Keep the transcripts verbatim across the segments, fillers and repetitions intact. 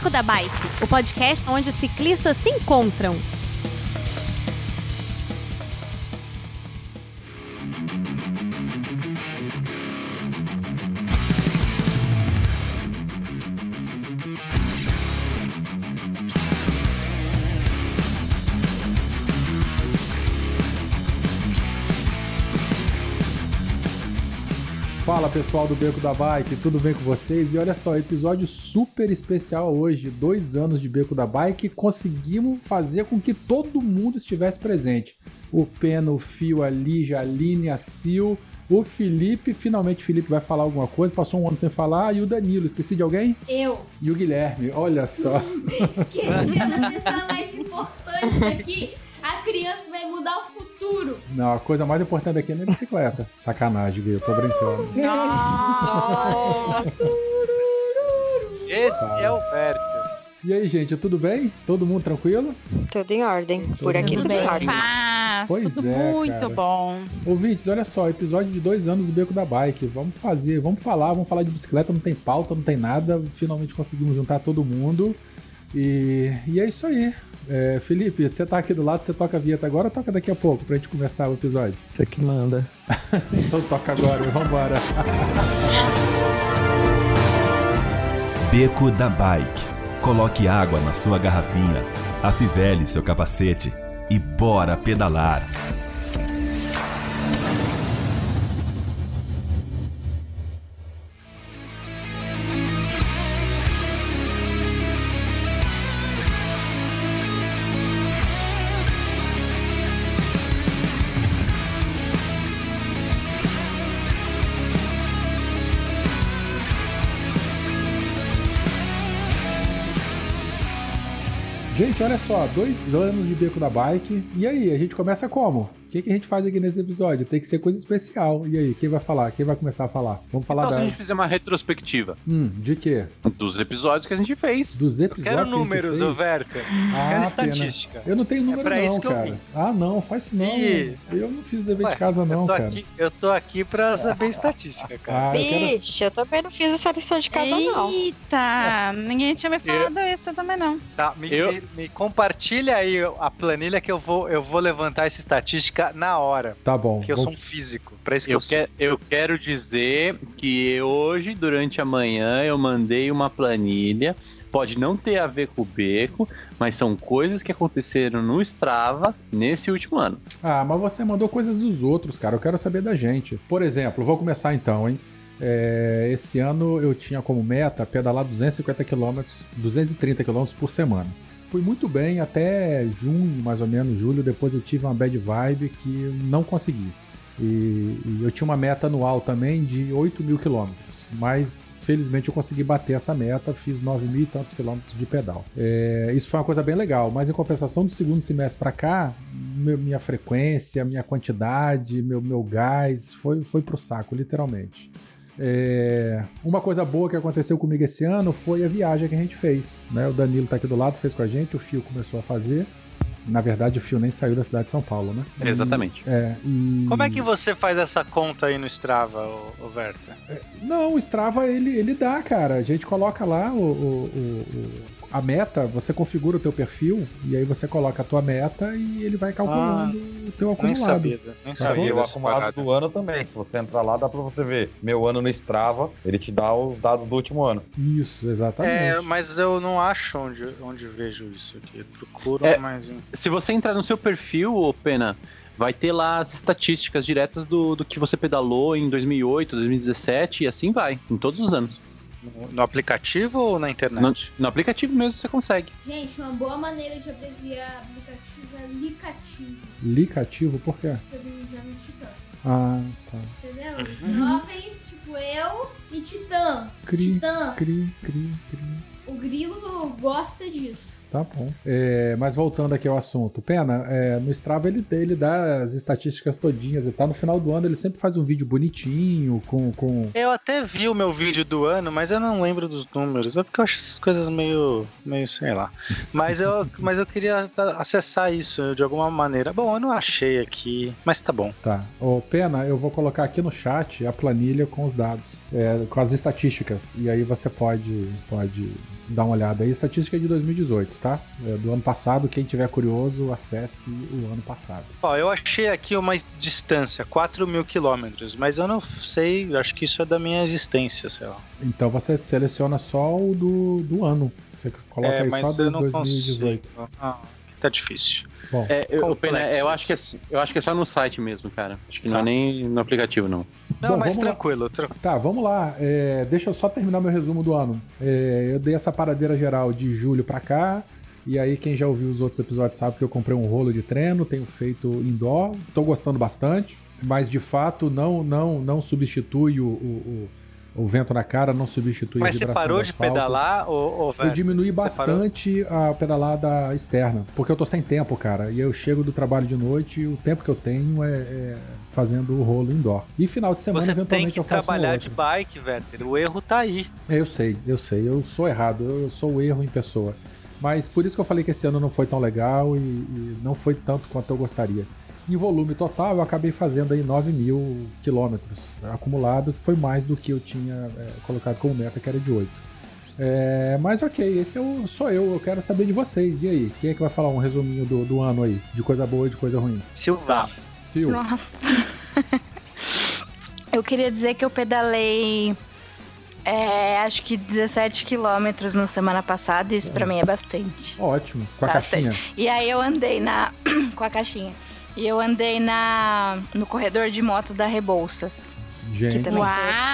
Beco da Bike, o podcast onde os ciclistas se encontram. Fala pessoal do Beco da Bike, tudo bem com vocês? E olha só, episódio super especial hoje, dois anos de Beco da Bike, conseguimos fazer com que todo mundo estivesse presente. O Pena, o Fio, a Lígia, a Aline, a Sil, o Felipe, finalmente o Felipe vai falar alguma coisa, passou um ano sem falar, e o Danilo, esqueci de alguém? Eu. E o Guilherme, olha só. Esqueci da pessoa mais importante aqui. A criança vai mudar o futuro. Não, a coisa mais importante aqui é a minha bicicleta. Sacanagem, viu? Eu tô brincando. Nossa! Esse Tá. é o Werther. E aí, gente, tudo bem? Todo mundo tranquilo? Tudo em ordem. Tudo Por aqui tudo tudo em bem. ordem. Paz, Pois tudo é, muito cara. bom. Ouvintes, olha só, episódio de dois anos do Beco da Bike. Vamos fazer, vamos falar, vamos falar de bicicleta, não tem pauta, não tem nada. Finalmente conseguimos juntar todo mundo. E, e é isso aí. É, Felipe, você tá aqui do lado, você toca a vinheta agora ou toca daqui a pouco pra gente começar o episódio? Você que manda. Então toca agora, vambora. Beco da Bike. Coloque água na sua garrafinha, afivele seu capacete e bora pedalar. Gente, olha só, dois anos de Beco da Bike. E aí, a gente começa como? O que, que a gente faz aqui nesse episódio? Tem que ser coisa especial. E aí, quem vai falar? Quem vai começar a falar? Vamos falar Então, da... se a gente fizer uma retrospectiva Hum, de quê? dos episódios que a gente fez. Dos Eu episódios quero que a gente números, fez? ô Werther. Ah, quero pena. estatística. Eu não tenho número pra não, isso que eu cara. vim. Ah, não, faz isso não. Ih. Eu não fiz dever Ué, de casa não, eu tô cara. Aqui, eu tô aqui pra saber estatística, cara. Ah, eu quero... Vixe, eu também não fiz essa lição de casa, não. Eita, ninguém tinha me falado isso também não. Tá, me, Eu- me- me compartilha aí a planilha que eu vou, eu vou levantar essa estatística na hora. Tá bom. Porque eu vou- sou um físico. Pra isso que eu, Eu, sou. que- eu quero dizer que hoje, durante a manhã, eu mandei uma planilha. Pode não ter a ver com o beco, mas são coisas que aconteceram no Strava nesse último ano. Ah, mas você mandou coisas dos outros, cara. Eu quero saber da gente. Por exemplo, vou começar então, hein? É, esse ano eu tinha como meta pedalar duzentos e cinquenta quilômetros, duzentos e trinta quilômetros por semana. Fui muito bem até junho, mais ou menos, julho. Depois eu tive uma bad vibe que não consegui. E, e eu tinha uma meta anual também de oito mil quilômetros. Mas felizmente eu consegui bater essa meta, fiz nove mil e tantos quilômetros de pedal. É, isso foi uma coisa bem legal, mas em compensação do segundo semestre para cá, meu- minha frequência, minha quantidade, meu, meu gás foi, foi pro saco, literalmente. É, uma coisa boa que aconteceu comigo esse ano foi a viagem que a gente fez, né? O Danilo tá aqui do lado, fez com a gente, o Fio começou a fazer. Na verdade, o Fio nem saiu da cidade de São Paulo, né? Exatamente. É, e... Como é que você faz essa conta aí no Strava, ô, ô Werther? Não, o Strava, ele, ele dá, cara. A gente coloca lá o, o- o- o- a meta, você configura o teu perfil e aí você coloca a tua meta e ele vai calculando o teu Nem acumulado. sabia, nem Sacou? sabia E o dessa acumulado parada. do ano também. Se você entrar lá, dá pra você ver. Meu ano no Strava, ele te dá os dados do último ano. Isso, exatamente. É, mas eu não acho onde, onde vejo isso aqui. Eu procuro, É. mas... Se você entrar no seu perfil, ô Pena, vai ter lá as estatísticas diretas do, do que você pedalou em dois mil e oito, dois mil e dezessete e assim vai, em todos os anos. No, no aplicativo ou na internet? No, no aplicativo mesmo você consegue. Gente, uma boa maneira de abreviar aplicativo é Licativo. Licativo, por quê? Que eu vi já nos Titãs. Ah, tá. Entendeu? Uhum. Jovens, tipo eu e Titãs. Cri, Titãs. cri, cri, cri. O Grilo gosta disso. Tá bom. É, mas voltando aqui ao assunto. Pena, é, no Strava ele, ele dá as estatísticas todinhas e tal. No final do ano ele sempre faz um vídeo bonitinho, com... com... Eu até vi o meu vídeo do ano, mas eu não lembro dos números. É porque eu acho essas coisas meio... meio sei lá. Mas eu, mas eu queria acessar isso de alguma maneira. Bom, eu não achei aqui, mas tá bom. Tá. Ô, Pena, eu vou colocar aqui no chat a planilha com os dados, é, com as estatísticas. E aí você pode, pode dar uma olhada aí. Estatística é de dois mil e dezoito, tá? É do ano passado. Quem tiver curioso, acesse o ano passado. Ó, eu achei aqui uma distância, quatro mil quilômetros, mas eu não sei, acho que isso é da minha existência, sei lá. Então você seleciona só o do, do ano. Você coloca é, aí mas só eu do não dois mil e dezoito. Consigo. Ah, tá difícil. Bom, É, eu, Pena, eu, acho que é, eu acho que é só no site mesmo, cara. Acho que não tá. é nem no aplicativo, não. Não, Bom, mas vamos tranquilo, tranquilo. Tá, vamos lá. É, deixa eu só terminar meu resumo do ano. É, eu dei essa paradeira geral de julho pra cá. E aí, quem já ouviu os outros episódios sabe que eu comprei um rolo de treino, tenho feito indoor, tô gostando bastante. Mas, de fato, não, não, não substitui o, o, o, o vento na cara, não substitui mas a vibração você parou do de asfalto. pedalar, ou, ou Eu diminui bastante a pedalada externa, porque eu tô sem tempo, cara. E eu chego do trabalho de noite e o tempo que eu tenho é, é fazendo o rolo indoor. E final de semana, você eventualmente, tem que eu faço trabalhar um de bike, Werther. O erro tá aí. Eu sei, eu sei. Eu sou errado. Eu sou o erro em pessoa. Mas por isso que eu falei que esse ano não foi tão legal e, e não foi tanto quanto eu gostaria. Em volume total, eu acabei fazendo aí nove mil quilômetros acumulado, que foi mais do que eu tinha é, colocado como meta, que era de oito. É, mas ok, esse é o, sou eu, eu quero saber de vocês. E aí, quem é que vai falar um resuminho do, do ano aí? De coisa boa e de coisa ruim? Silva. Sil. Nossa. Eu queria dizer que eu pedalei... É, acho que dezessete quilômetros na semana passada, isso pra mim é bastante. Ótimo, com a Bastante. caixinha. E aí eu andei na... com a caixinha. E eu andei na no corredor de moto da Rebouças. Gente. Que também Uau!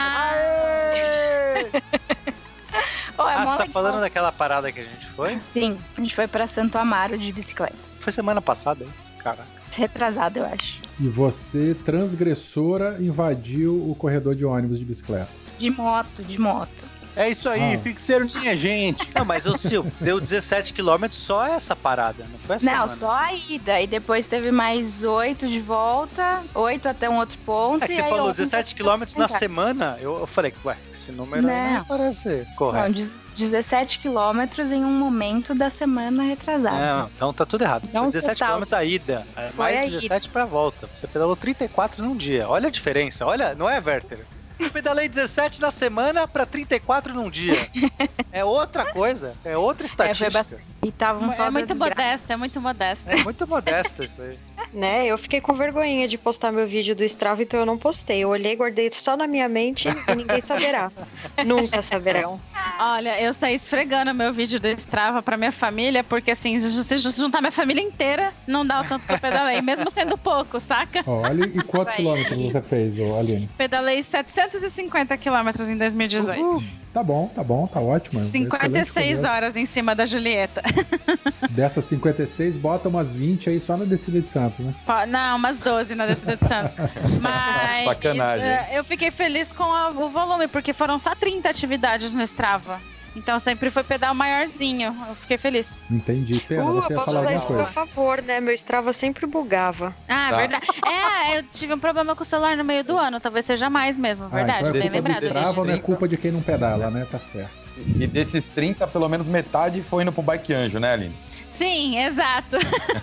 oh, é Ah, mó você tá legal. falando daquela parada que a gente foi? Sim, a gente foi pra Santo Amaro de bicicleta. Foi semana passada isso? Caraca. Retrasado, eu acho. E você, transgressora, invadiu o corredor de ônibus de bicicleta. De moto, de moto. É isso aí, Ah. fixeiro minha gente. Não, mas o Sil, deu dezessete quilômetros só essa parada, não foi essa Não, semana? só a ida. E depois teve mais oito de volta, oito até um outro ponto. É que e você aí falou ontem dezessete pra quilômetros na tentar. semana, eu, eu falei, ué, esse número aí Não. não parece Não, correto. dez- dezessete quilômetros em um momento da semana retrasada. Não, então tá tudo errado. Então, Foi dezessete total. quilômetros a ida, é, Foi mais a ida. dezessete pra volta. Você pedalou trinta e quatro num dia. Olha a diferença, olha, não é, Werther? Eu pedalei dezessete na semana pra trinta e quatro num dia. É outra coisa, é outra estatística. É, foi bastante. E tava um sol É muito desgraça. modesta, é muito modesta. É muito modesto isso aí. Né, eu fiquei com vergonhinha de postar meu vídeo do Strava, então eu não postei. Eu olhei, guardei só na minha mente e ninguém saberá. Nunca saberão. Olha, eu saí esfregando meu vídeo do Strava pra minha família, porque assim, se juntar minha família inteira, não dá o tanto que eu pedalei, mesmo sendo pouco, saca? Olha, e quantos Isso aí. quilômetros você fez, ô, Aline? Pedalei setecentos e cinquenta quilômetros em dois mil e dezoito. Uhul. Tá bom, tá bom, tá ótimo. cinquenta e Excelente seis começo. horas em cima da Julieta. Dessas cinquenta e seis, bota umas vinte aí só na descida de Santos, né? Pô, Não, umas doze na descida de Santos. Mas Sacanagem. eh, eu fiquei feliz com a- o volume, porque foram só trinta atividades no Strava. Então sempre foi pedal maiorzinho. Eu fiquei feliz. Entendi. Pena, Uh, você eu ia posso falar usar alguma isso a meu coisa. favor, né? Meu Strava sempre bugava. Ah, Tá. verdade. É, eu tive um problema com o celular no meio do ano. Talvez seja mais mesmo, verdade. Ah, então é bem culpa do lembrado. Strava, não é gente. culpa de quem não pedala, né? Tá certo. E desses trinta, pelo menos metade foi indo pro Bike Anjo, né, Aline? Sim, exato.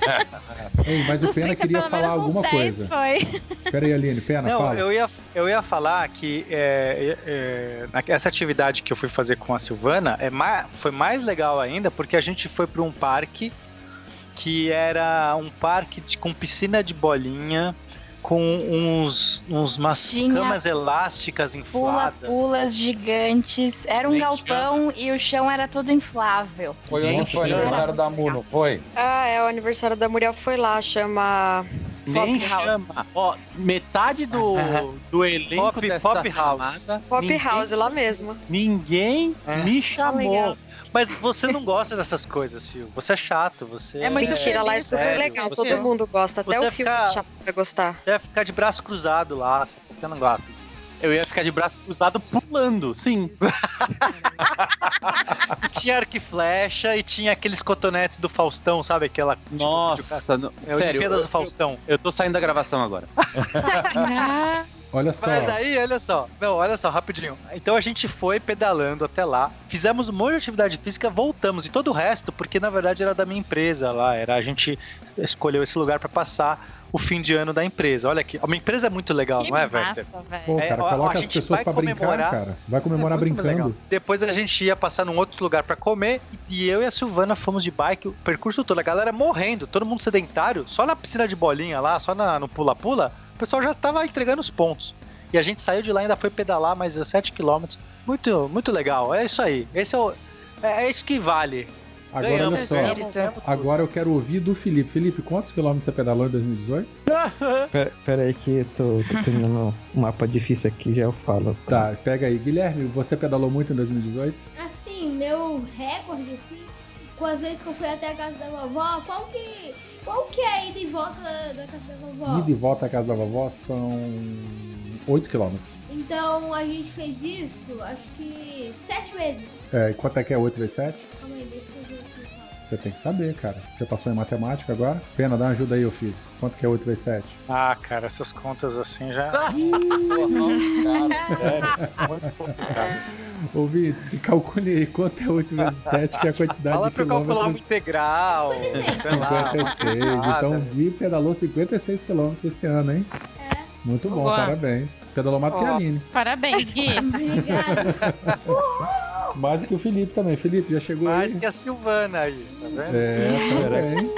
Ei, mas o Dos Pena trinta, queria pelo falar menos uns alguma dez coisa. Foi. Pera aí, Aline, Pena, Não, fala. eu ia, eu ia falar que é, é, é, essa atividade que eu fui fazer com a Silvana é mais, foi mais legal ainda porque a gente foi para um parque que era um parque de, com piscina de bolinha, com uns, uns umas Tinha camas elásticas infladas. Pula-pulas gigantes. Era um Nem galpão e o chão era todo inflável. Foi onde Nossa, foi o que aniversário da Mu, não foi? Ah, é, o aniversário da Muriel foi lá, chama... Nem Pop House. chama. Ó, metade do, do elenco Pop- dessa Pop House. chamada, Pop ninguém, House, lá mesmo. Ninguém me chamou. legal. Mas você não gosta dessas coisas, Fio. Você é chato, você É muito Mentira, lá é feliz, super sério, legal, você- todo mundo gosta. Até você o filme fica- de Chapo vai gostar. Você vai ficar de braço cruzado lá, você não gosta. Eu ia ficar de braço cruzado pulando, sim. E tinha arco e flecha e tinha aqueles cotonetes do Faustão, sabe? Aquela. Nossa, no- É, sério. Olimpíadas eu- do Faustão. Eu tô saindo da gravação agora. Olha só. Mas aí, olha só. Não, olha só, rapidinho. Então a gente foi pedalando até lá, fizemos um monte de atividade física, voltamos. E todo o resto, porque na verdade era da minha empresa lá. Era, a gente escolheu esse lugar pra passar o fim de ano da empresa. Olha aqui. Uma empresa é muito legal, Que não é, massa, Werther? velho. Pô, É, cara, ó, ó, coloca a as gente pessoas vai pra brincar, comemorar. cara. Vai comemorar É muito brincando. legal. Depois a gente ia passar num outro lugar pra comer e eu e a Silvana fomos de bike o percurso todo. A galera morrendo, todo mundo sedentário, só na piscina de bolinha lá, só na- no pula-pula, o pessoal já tava entregando os pontos. E a gente saiu de lá e ainda foi pedalar mais dezessete quilômetros. Muito, muito legal. É isso aí. Esse é, o, é, é isso que vale. Agora, Ganhamos, olha só. ganhamos, ganhamos tudo. Agora eu quero ouvir do Felipe. Felipe, quantos quilômetros você pedalou em dois mil e dezoito? Pera, pera aí que eu tô, tô terminando um mapa difícil aqui, já eu falo. Tá, pega aí. Guilherme, você pedalou muito em dois mil e dezoito? Assim, meu recorde, assim, com as vezes que eu fui até a casa da vovó, qual que, qual que é a ida e volta da casa da vovó? Ida e volta à casa da vovó são oito quilômetros. Então a gente fez isso, acho que sete vezes. É, e quanto é que é oito vezes sete? Calma aí, deixa eu ver aqui. Você tem que saber, cara. Você passou em matemática agora? Pena, dá uma ajuda aí, ô físico. Quanto que é oito vezes sete? Ah, cara, essas contas assim já. Ouvinte, se calcule aí quanto é oito vezes sete, que é a quantidade Fala de pra eu calcular uma quilômetros. integral. sei lá. cinquenta e seis. Ah, Então, deve Gui pedalou cinquenta e seis quilômetros esse ano, hein? Muito bom, Boa. parabéns. Pedalou mais do que a Ó, Aline. Parabéns, Gui. Obrigada. Mais do que o Felipe também. Felipe, já chegou Mais aí? que a Silvana aí, tá vendo? É, também.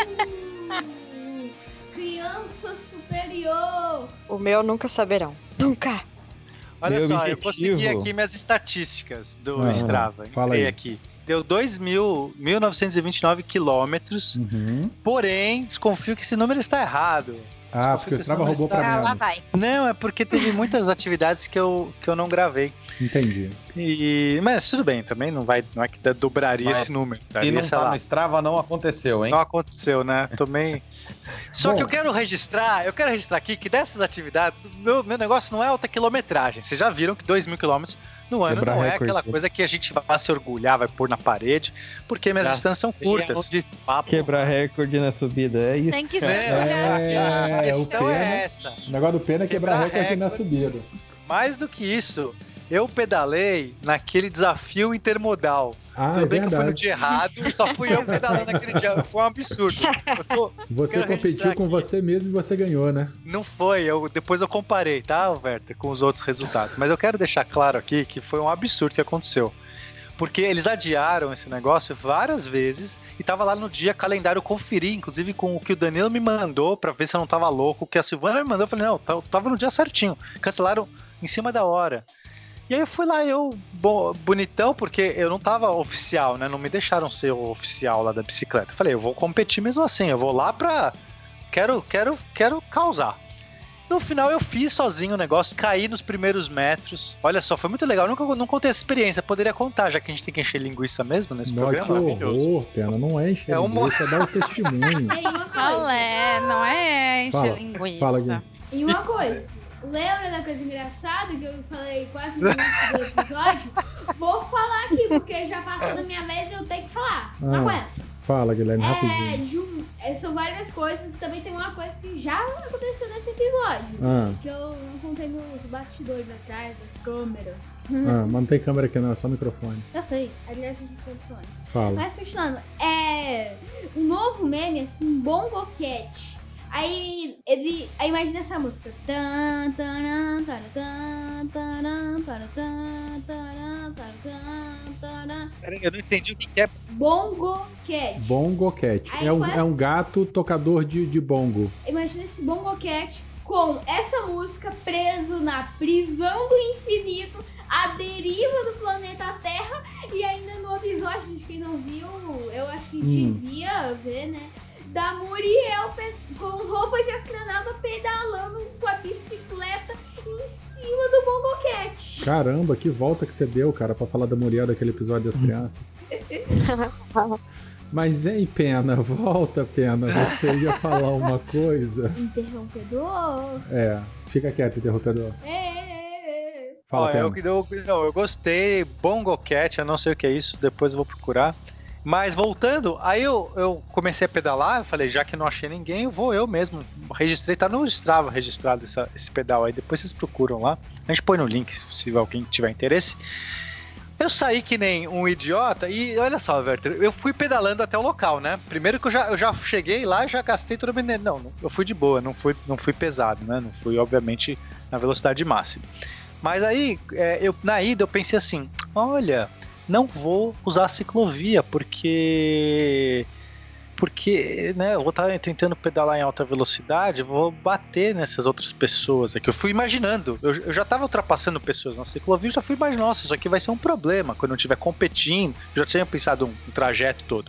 Criança superior. O meu nunca saberão. Nunca. Olha Meu só, eu objetivo- consegui aqui minhas estatísticas do Ah, Strava. fala Entrei aí. aqui. Deu dois mil novecentos e vinte e nove quilômetros, Uhum. porém, desconfio que esse número está errado. Ah, porque o Strava roubou Ah, pra lá menos. vai. Não, é porque teve muitas atividades que eu, que eu não gravei. Entendi. E, mas tudo bem, também não, vai, não é que dobraria Mas esse número. Se Daria, não sei tá lá. no Strava, não aconteceu, hein? Não aconteceu, né? Tomei. Só Bom. que eu quero registrar, eu quero registrar aqui que dessas atividades, meu, meu negócio não é alta quilometragem. Vocês já viram que dois mil quilômetros no ano Quebrar não é recorde. aquela coisa que a gente vai se orgulhar, vai pôr na parede, porque minhas Já distâncias são curtas. Quebrar recorde na subida, é isso. Tem que ser. É, a o questão pena- é essa. O negócio do pena é quebrar, Quebrar recorde na recorde. subida. Mais do que isso, eu pedalei naquele desafio intermodal. Ah, Tudo é bem que eu fui no verdade. dia errado e só fui eu pedalando naquele dia. Foi um absurdo. Eu tô- Você quero competiu registrar com aqui. você mesmo e você ganhou, né? Não foi, eu, depois eu comparei, tá, Werther, com os outros resultados. Mas eu quero deixar claro aqui que foi um absurdo que aconteceu. Porque eles adiaram esse negócio várias vezes e tava lá no dia calendário, eu conferi, inclusive com o que o Danilo me mandou pra ver se eu não tava louco. O que a Silvana me mandou, eu falei, não, tá- tava no dia certinho. Cancelaram em cima da hora. E aí eu fui lá, eu, bo- bonitão, porque eu não tava oficial, né? Não me deixaram ser o oficial lá da bicicleta. Eu falei, eu vou competir mesmo assim, eu vou lá pra... Quero, quero, quero causar. No final eu fiz sozinho o negócio, caí nos primeiros metros. Olha só, foi muito legal. Eu nunca não contei essa experiência, poderia contar, já que a gente tem que encher linguiça mesmo nesse Não, que programa. horror, Pena. Não é encher É é uma- linguiça, é dar o testemunho. E uma Qual coisa. é? Não é encher Fala, linguiça. fala, Gui. E uma coisa. Lembra da coisa engraçada que eu falei quase no início do episódio? Vou falar aqui, porque já passou da minha vez e eu tenho que falar. Não Ah, aguento. Fala, Guilherme, É, rapidinho. de um- é, são várias coisas. Também tem uma coisa que já aconteceu nesse episódio. Ah, Que eu não contei nos bastidores atrás, das câmeras. ah, mas não tem câmera aqui não, é só microfone. Eu sei, aliás, eu tô falando. Fala. Mas continuando, é. Um novo meme, assim, Bongo Cat. Aí ele. Aí imagina essa música. Tan, taran, taran, tan, taran, taran, tan, taran, taran, taran. Peraí, eu não entendi o que que é. Bongo Cat. Bongo Cat. Aí É um, quase- é um gato tocador de, de bongo. Imagina esse Bongo Cat com essa música preso na prisão do infinito, à deriva do planeta Terra. E ainda no episódio, de quem não viu, eu acho que Hum. devia ver, né? Da Muriel pe- com roupa de astronauta pedalando com a bicicleta em cima do Bongo Cat. Caramba, que volta que você deu, cara, pra falar da Muriel daquele episódio das crianças. Mas, hein, Pena, volta, Pena. Você ia falar uma coisa. Interrompedor. É, fica quieto, interrompedor. É, é, é. Fala, Ó, eu, eu, eu, eu gostei, Bongo Cat, eu não sei o que é isso, depois eu vou procurar. Mas voltando, aí eu, eu comecei a pedalar, eu falei, já que não achei ninguém, eu vou eu mesmo. Registrei, tá no Strava registrado essa, esse pedal aí, depois vocês procuram lá. A gente põe no link, se alguém tiver interesse. Eu saí que nem um idiota e olha só, Werther, eu fui pedalando até o local, né? Primeiro que eu já, eu já cheguei lá e já gastei toda a minha... Não, eu fui de boa, não fui, não fui pesado, né? Não fui, obviamente, na velocidade máxima. Mas aí, é, eu, na ida, eu pensei assim, olha... Não vou usar a ciclovia, porque... Porque, né, eu vou estar tentando pedalar em alta velocidade, vou bater nessas outras pessoas aqui. Eu fui imaginando, eu, eu já estava ultrapassando pessoas na ciclovia, eu já fui imaginando, nossa, isso aqui vai ser um problema quando eu estiver competindo. Eu já tinha pensado um, um trajeto todo.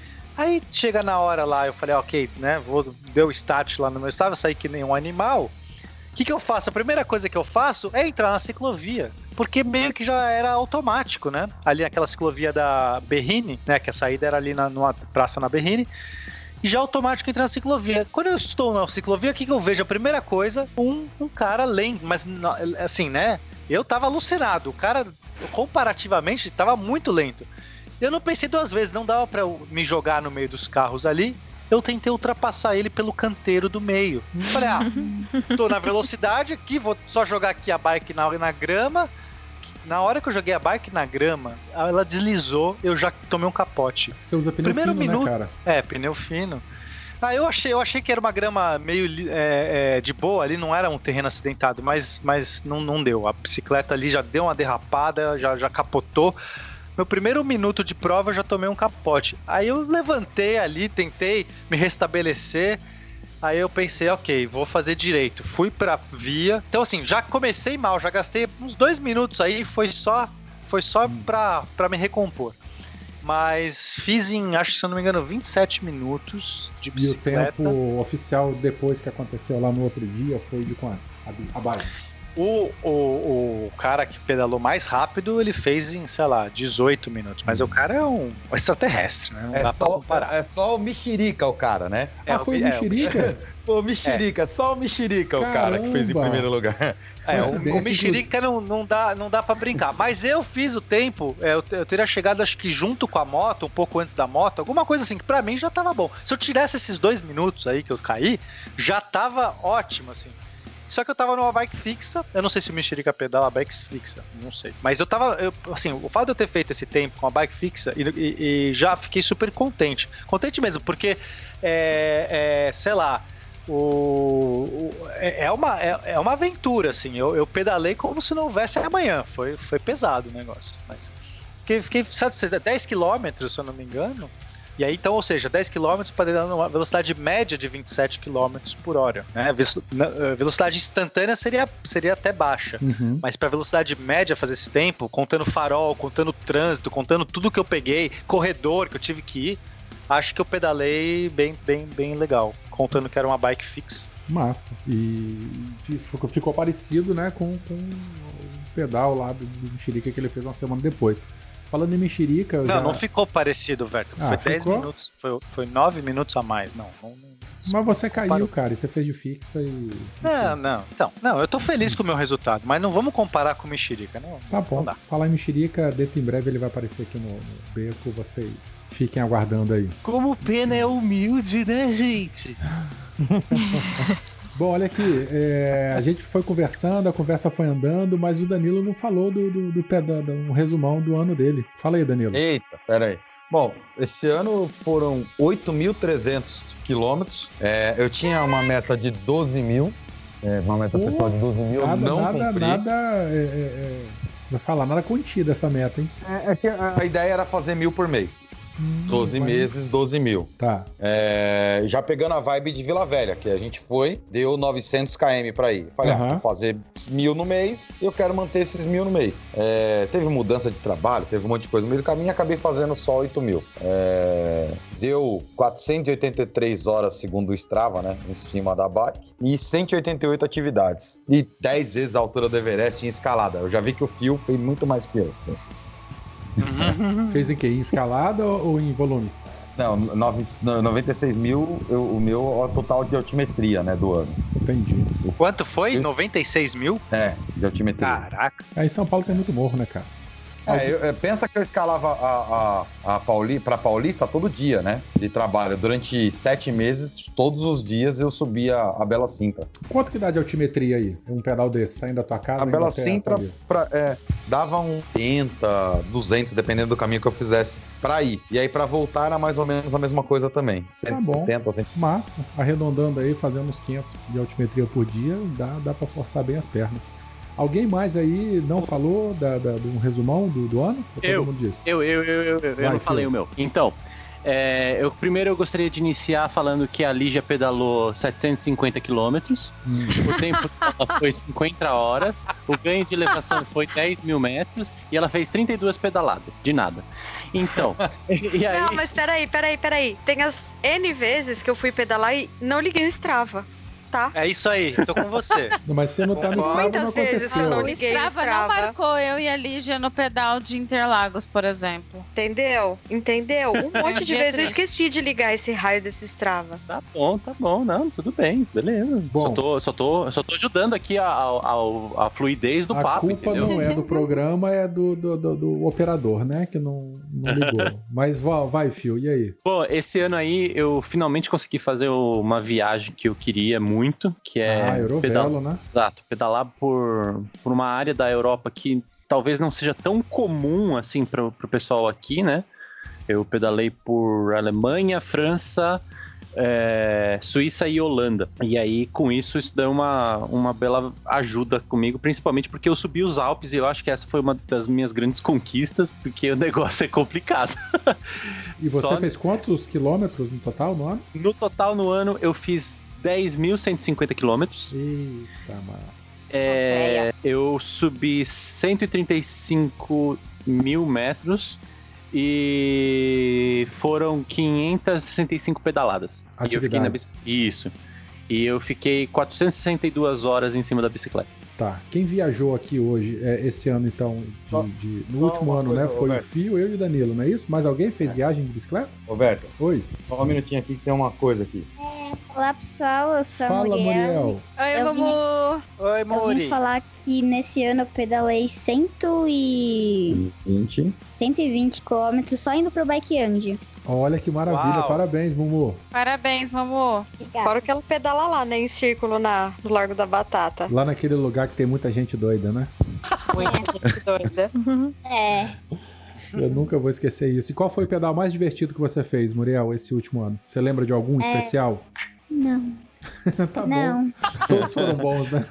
Aí, chega na hora lá, eu falei, ok, né, vou, deu start lá no meu estado, saí que nem um animal. O que, que eu faço? A primeira coisa que eu faço é entrar na ciclovia, porque meio que já era automático, né? Ali naquela ciclovia da Berrini, né? Que a saída era ali na, numa praça na Berrini, e já automático entrar na ciclovia. Quando eu estou na ciclovia, o que, que eu vejo? A primeira coisa, um, um cara lento, mas assim, né? Eu tava alucinado, o cara, comparativamente, tava muito lento. Eu não pensei duas vezes, não dava pra eu me jogar no meio dos carros ali. Eu tentei ultrapassar ele pelo canteiro do meio. Falei, ah, tô na velocidade aqui, vou só jogar aqui a bike na, na grama. Na hora que eu joguei a bike na grama, ela deslizou, eu já tomei um capote. Você usa pneu Primeiro fino, minuto, né, cara? É, pneu fino. Ah, eu achei, eu achei que era uma grama meio é, é, de boa, ali não era um terreno acidentado, mas, mas não, não deu. A bicicleta ali já deu uma derrapada, já, já capotou. Meu primeiro minuto de prova eu já tomei um capote. Aí eu levantei ali, tentei me restabelecer. Aí eu pensei, ok, vou fazer direito. Fui pra via. Então assim, já comecei mal, já gastei uns dois minutos aí. Foi só, foi só pra, pra me recompor. Mas fiz em, acho que se eu não me engano, vinte e sete minutos de bicicleta. E o tempo oficial depois que aconteceu lá no outro dia foi de quanto? A, a bike? O, o, o cara que pedalou mais rápido, ele fez em, sei lá, dezoito minutos. Mas o cara é um extraterrestre, né? Não é, dá só, pra comparar. É só o mexerica o cara, né? Ah, é, foi o é, mexerica? O mexerica, é. só o mexerica Caramba. o cara que fez em primeiro lugar. É, o, o mexerica não, não, dá, não dá pra brincar. Mas eu fiz o tempo, é, eu, eu teria chegado acho que junto com a moto, um pouco antes da moto, alguma coisa assim, que pra mim já tava bom. Se eu tirasse esses dois minutos aí que eu caí, já tava ótimo, assim. Só que eu tava numa bike fixa, eu não sei se o mexerica pedala a bike fixa, não sei. Mas eu tava, eu, assim, o fato de eu ter feito esse tempo com a bike fixa, e, e, e já fiquei super contente. Contente mesmo, porque, é, é, sei lá, o, o, é, é, uma, é, é uma aventura, assim. Eu, eu pedalei como se não houvesse amanhã, foi, foi pesado o negócio. Mas fiquei, fiquei sabe, dez quilômetros, se eu não me engano. E aí, então, ou seja, dez quilômetros para dar uma velocidade média de vinte e sete quilômetros por hora. Né? A velocidade instantânea seria, seria até baixa. Uhum. Mas para velocidade média fazer esse tempo, contando farol, contando trânsito, contando tudo que eu peguei, corredor que eu tive que ir, acho que eu pedalei bem, bem, bem legal. Contando que era uma bike fixa. Massa. E ficou, ficou parecido, né, com, com o pedal lá do, do mexerica que ele fez uma semana depois. Falando em mexerica... Não, já... não ficou parecido, Verto. Ah, foi dez ficou? minutos, foi, foi nove minutos a mais. Não, não, não... Mas você caiu, parou. Cara, e você fez de fixa e... Não, não. Então, não, eu tô feliz com o meu resultado, mas não vamos comparar com o mexerica, não. Tá bom. Não Falar em mexerica, dentro em breve ele vai aparecer aqui no, no beco, vocês fiquem aguardando aí. Como o Pena é humilde, né, gente? Bom, olha aqui, é, a gente foi conversando, a conversa foi andando, mas o Danilo não falou do, do, do, do, do um resumão do ano dele. Fala aí, Danilo. Eita, pera aí. Bom, esse ano foram oito mil e trezentos quilômetros. É, eu tinha uma meta de doze mil. É, uma meta Pô, pessoal de doze mil, nada, não nada, cumpri. Nada, é, é, vai falar, nada contida essa meta, hein? É, é que a, a ideia era fazer mil por mês. Hum, doze meses, doze mil. Tá. É, já pegando a vibe de Vila Velha, que a gente foi, deu novecentos quilômetros para ir. Falei, uhum. ah, vou fazer mil no mês e eu quero manter esses mil no mês. É, teve mudança de trabalho, teve um monte de coisa no meio do caminho e acabei fazendo só oito mil. É, deu quatrocentas e oitenta e três horas, segundo o Strava, né? Em cima da bike. E cento e oitenta e oito atividades. E dez vezes a altura do Everest em escalada. Eu já vi que o Fio fez muito mais que eu. Uhum. Fez em que? Em escalada ou em volume? Não, nove, noventa e seis mil, eu, o meu é o total de altimetria, né, do ano. Entendi. Quanto foi? noventa e seis mil? É, de altimetria. Caraca. Aí em São Paulo tem muito morro, né, cara? É, eu, eu, pensa que eu escalava a, a, a Pauli, pra Paulista todo dia, né? De trabalho. Durante sete meses, todos os dias eu subia a Bela Sintra. Quanto que dá de altimetria aí? Um pedal desse, saindo da tua casa? A Bela Sintra pra, é, dava um oitenta, duzentos, dependendo do caminho que eu fizesse pra ir. E aí pra voltar era mais ou menos a mesma coisa também. cento e setenta, tá bom. cem. Massa. Arredondando aí, fazendo uns quinhentos de altimetria por dia, dá, dá pra forçar bem as pernas. Alguém mais aí não falou da, da, de um resumão do, do ano? Eu, eu, eu, eu, eu, eu, Vai, eu não falei filho. o meu. Então, é, eu, primeiro eu gostaria de iniciar falando que a Lígia pedalou setecentos e cinquenta quilômetros, hum. o tempo dela foi cinquenta horas, o ganho de elevação foi dez mil metros e ela fez trinta e duas pedaladas, de nada. Então, e aí... Não, mas peraí, peraí, peraí. Tem as N vezes que eu fui pedalar e não liguei o Strava. Tá. É isso aí, tô com você. Não, mas você não tá no Strava, Muitas não vezes aconteceu. eu não liguei o o Strava. Strava. Não marcou eu e a Lígia no pedal de Interlagos, por exemplo. Entendeu? Entendeu? Um monte de vezes eu esqueci de ligar esse raio desse Strava. Tá bom, tá bom, não, tudo bem, beleza. Bom, só, tô, só, tô, só tô ajudando aqui a, a, a fluidez do a papo, culpa entendeu? não é do programa, é do, do, do, do operador, né? Que não, não ligou. Mas vai, Fio, e aí? Bom, esse ano aí eu finalmente consegui fazer uma viagem que eu queria muito, que é... Ah, Eurovelo, pedal... né? Exato, pedalar por, por uma área da Europa que talvez não seja tão comum assim pro, pro pessoal aqui, né? Eu pedalei por Alemanha, França, é, Suíça e Holanda. E aí, com isso, isso deu uma, uma bela ajuda comigo, principalmente porque eu subi os Alpes e eu acho que essa foi uma das minhas grandes conquistas, porque o negócio é complicado. E você Só... fez quantos quilômetros no total no ano? No total, no ano, eu fiz dez mil cento e cinquenta quilômetros. Eita, massa. É, eu subi cento e trinta e cinco mil metros e foram quinhentas e sessenta e cinco pedaladas. Atividades. E eu fiquei na bici... Isso. E eu fiquei quatrocentas e sessenta e duas horas em cima da bicicleta. Tá. Quem viajou aqui hoje, é, esse ano então, de, de, no só último ano, coisa, né? Foi Roberto. o Fio, eu e o Danilo, não é isso? Mas alguém fez é. viagem de bicicleta? Roberto. Oi. Só um minutinho aqui que tem uma coisa aqui. É, olá pessoal, eu sou Fala, a Muriel. Muriel. Oi, eu Mamu. Oi, Eu Muri. vim falar que nesse ano eu pedalei cento e vinte. cento e vinte quilômetros só indo pro Bike Andy. Olha que maravilha, Uau. Parabéns, Mumu. Parabéns, Mamu. Fora que ela pedala lá, né? Em círculo na, no Largo da Batata. Lá naquele lugar que tem muita gente doida, né? Muita gente doida. É. Eu nunca vou esquecer isso. E qual foi o pedal mais divertido que você fez, Muriel, esse último ano? Você lembra de algum É. especial? Não. Tá Não. bom. Todos foram bons, né?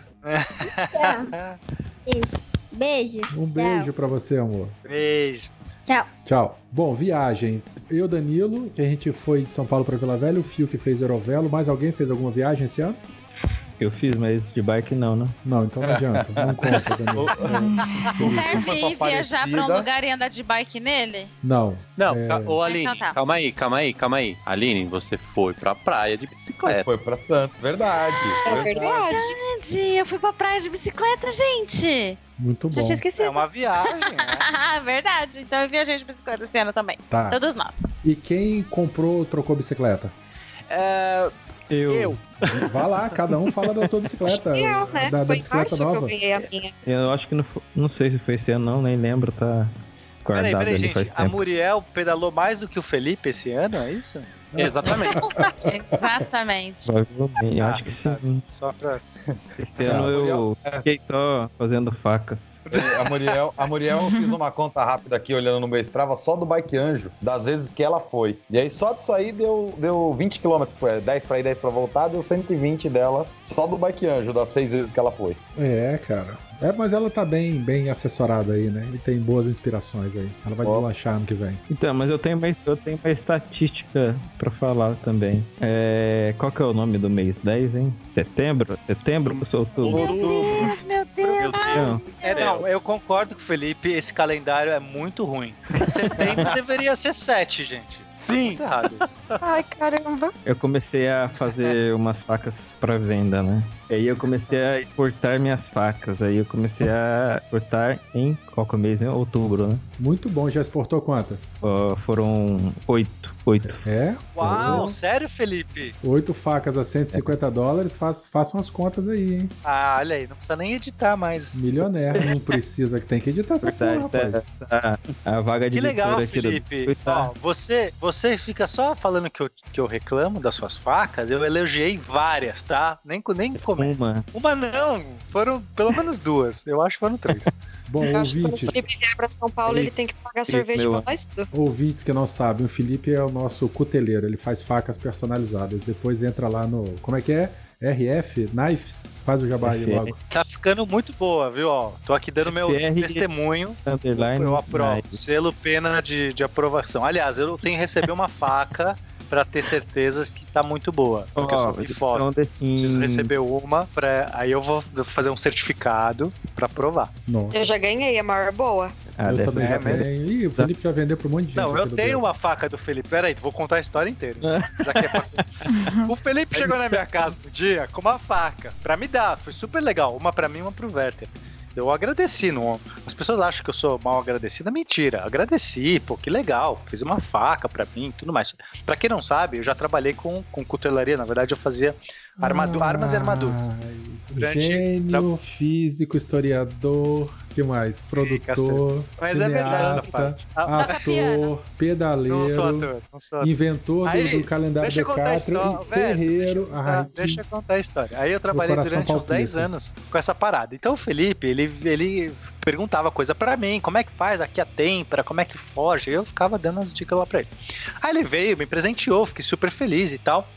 Tchau. Beijo. Um beijo pra você, amor. Beijo. Tchau. Tchau. Bom, viagem. Eu, Danilo, que a gente foi de São Paulo pra Vila Velha, o Fio que fez Eurovelo. Mais alguém fez alguma viagem esse ano? Eu fiz, mas de bike não, né? Não, então não adianta. Não conta, Danilo. Serve ir viajar pra um lugar e andar de bike nele? Não. Não, É... ca- ô Aline, Então tá. calma aí, calma aí, calma aí. Aline, você foi pra praia de bicicleta. Foi pra Santos, verdade. É verdade. Gente, eu fui pra praia de bicicleta, gente. Muito Já bom. tinha esquecido. É uma viagem, né? Verdade. Então eu viajei de bicicleta esse ano também. Tá. Todos nós. E quem comprou ou trocou bicicleta? É, Eu. eu. Vai lá, cada um fala da tua bicicleta. Eu, né? Da, da Foi em bicicleta março que eu nova. ganhei a minha. Eu acho que não, fo- não sei se foi esse ano, não, nem lembro, tá guardado Peraí, peraí, ali faz gente. A tempo. Muriel pedalou mais do que o Felipe esse ano, é isso? Exatamente. Exatamente. Provavelmente, eu Ah, acho que tá. sim. Só pra. Esse ano eu fiquei só fazendo faca. A Muriel, a Muriel, eu fiz uma conta rápida aqui, olhando no meu Strava, só do Bike Anjo, das vezes que ela foi. E aí, só disso aí, deu, deu vinte quilômetros, dez pra ir, dez pra voltar, deu cento e vinte dela, só do Bike Anjo, das seis vezes que ela foi. É, cara. É, mas ela tá bem, bem assessorada aí, né? E tem boas inspirações aí. Ela vai Ó. deslanchar ano que vem. Então, mas eu tenho mais, eu tenho uma estatística pra falar também. É, qual que é o nome do mês? dez, hein? Setembro? Setembro ou outubro? Deus, meu Deus. Não. É, não, eu concordo com o Felipe, esse calendário é muito ruim. Setembro deveria ser sete, gente. Sim. Muito errado isso. Ai, caramba. Eu comecei a fazer umas facas pra venda, né? Aí eu comecei a exportar minhas facas. Aí eu comecei a exportar em qual que é o mês? Em outubro, né? Muito bom. Já exportou quantas? Uh, foram oito. Oito. É? Uau, Oh. sério, Felipe? Oito facas a cento e cinquenta dólares. Faz, façam as contas aí, hein? Ah, olha aí, não precisa nem editar mais. Milionário. Não precisa, que tem que editar essa porra, rapaz. A, a vaga de Que legal, aqui Felipe. do... Ó, você, você fica só falando que eu, que eu reclamo das suas facas. Eu elogiei várias, tá? Nem, nem começa. Uma. Uma não. Foram pelo menos duas. Eu acho que foram três. Bom, Eu acho que quando o ouvintes, Felipe vier pra São Paulo, ele tem que pagar sorvete meu. pra nós tudo. ouvintes que não sabem, o Felipe é o nosso cuteleiro, ele faz facas personalizadas. Depois entra lá no, como é que é? R F Knives? Faz o jabá aí logo. Tá ficando muito boa, viu? Ó, tô aqui dando meu F R testemunho. Underline Eu aprovo. Knives. Selo pena de, de aprovação. Aliás, eu tenho que receber uma faca pra ter certeza que tá muito boa. Porque eu Ó, sou de fora. então, assim, Preciso receber uma, pra, aí eu vou fazer um certificado pra provar. Nossa, Eu já ganhei a maior boa. Ah, eu deve também ser já mesmo. tenho. Ih, o Felipe já vendeu pra um monte de gente. Não, aqui eu do tenho Belo. uma faca do Felipe. Pera aí, vou contar a história inteira. Já que é pra... O Felipe chegou na minha casa um dia com uma faca pra me dar. Foi super legal. Uma pra mim e uma pro Werther. Eu agradeci. Não... As pessoas acham que eu sou mal agradecida. Mentira. Agradeci. Pô, que legal. Fiz uma faca pra mim e tudo mais. Pra quem não sabe, eu já trabalhei com, com cutelaria. Na verdade, eu fazia armadu... armas e armaduras. Ai, Durante- Gênio, físico, historiador, que mais? Produtor, Mas é verdade essa cineasta, parte. Ah, ator, pedaleiro, Não sou ator. Não sou ator. inventor do- Aí, do, calendário deixa eu contar a Decathlon história, e ferreiro. Ah, Ai, que- deixa eu contar a história. Aí eu trabalhei coração durante uns dez palpita. anos com essa parada. Então o Felipe, ele, ele perguntava coisa pra mim, como é que faz aqui a têmpera, como é que forja, e eu ficava dando as dicas lá pra ele. Aí ele veio, me presenteou, fiquei super feliz e tal.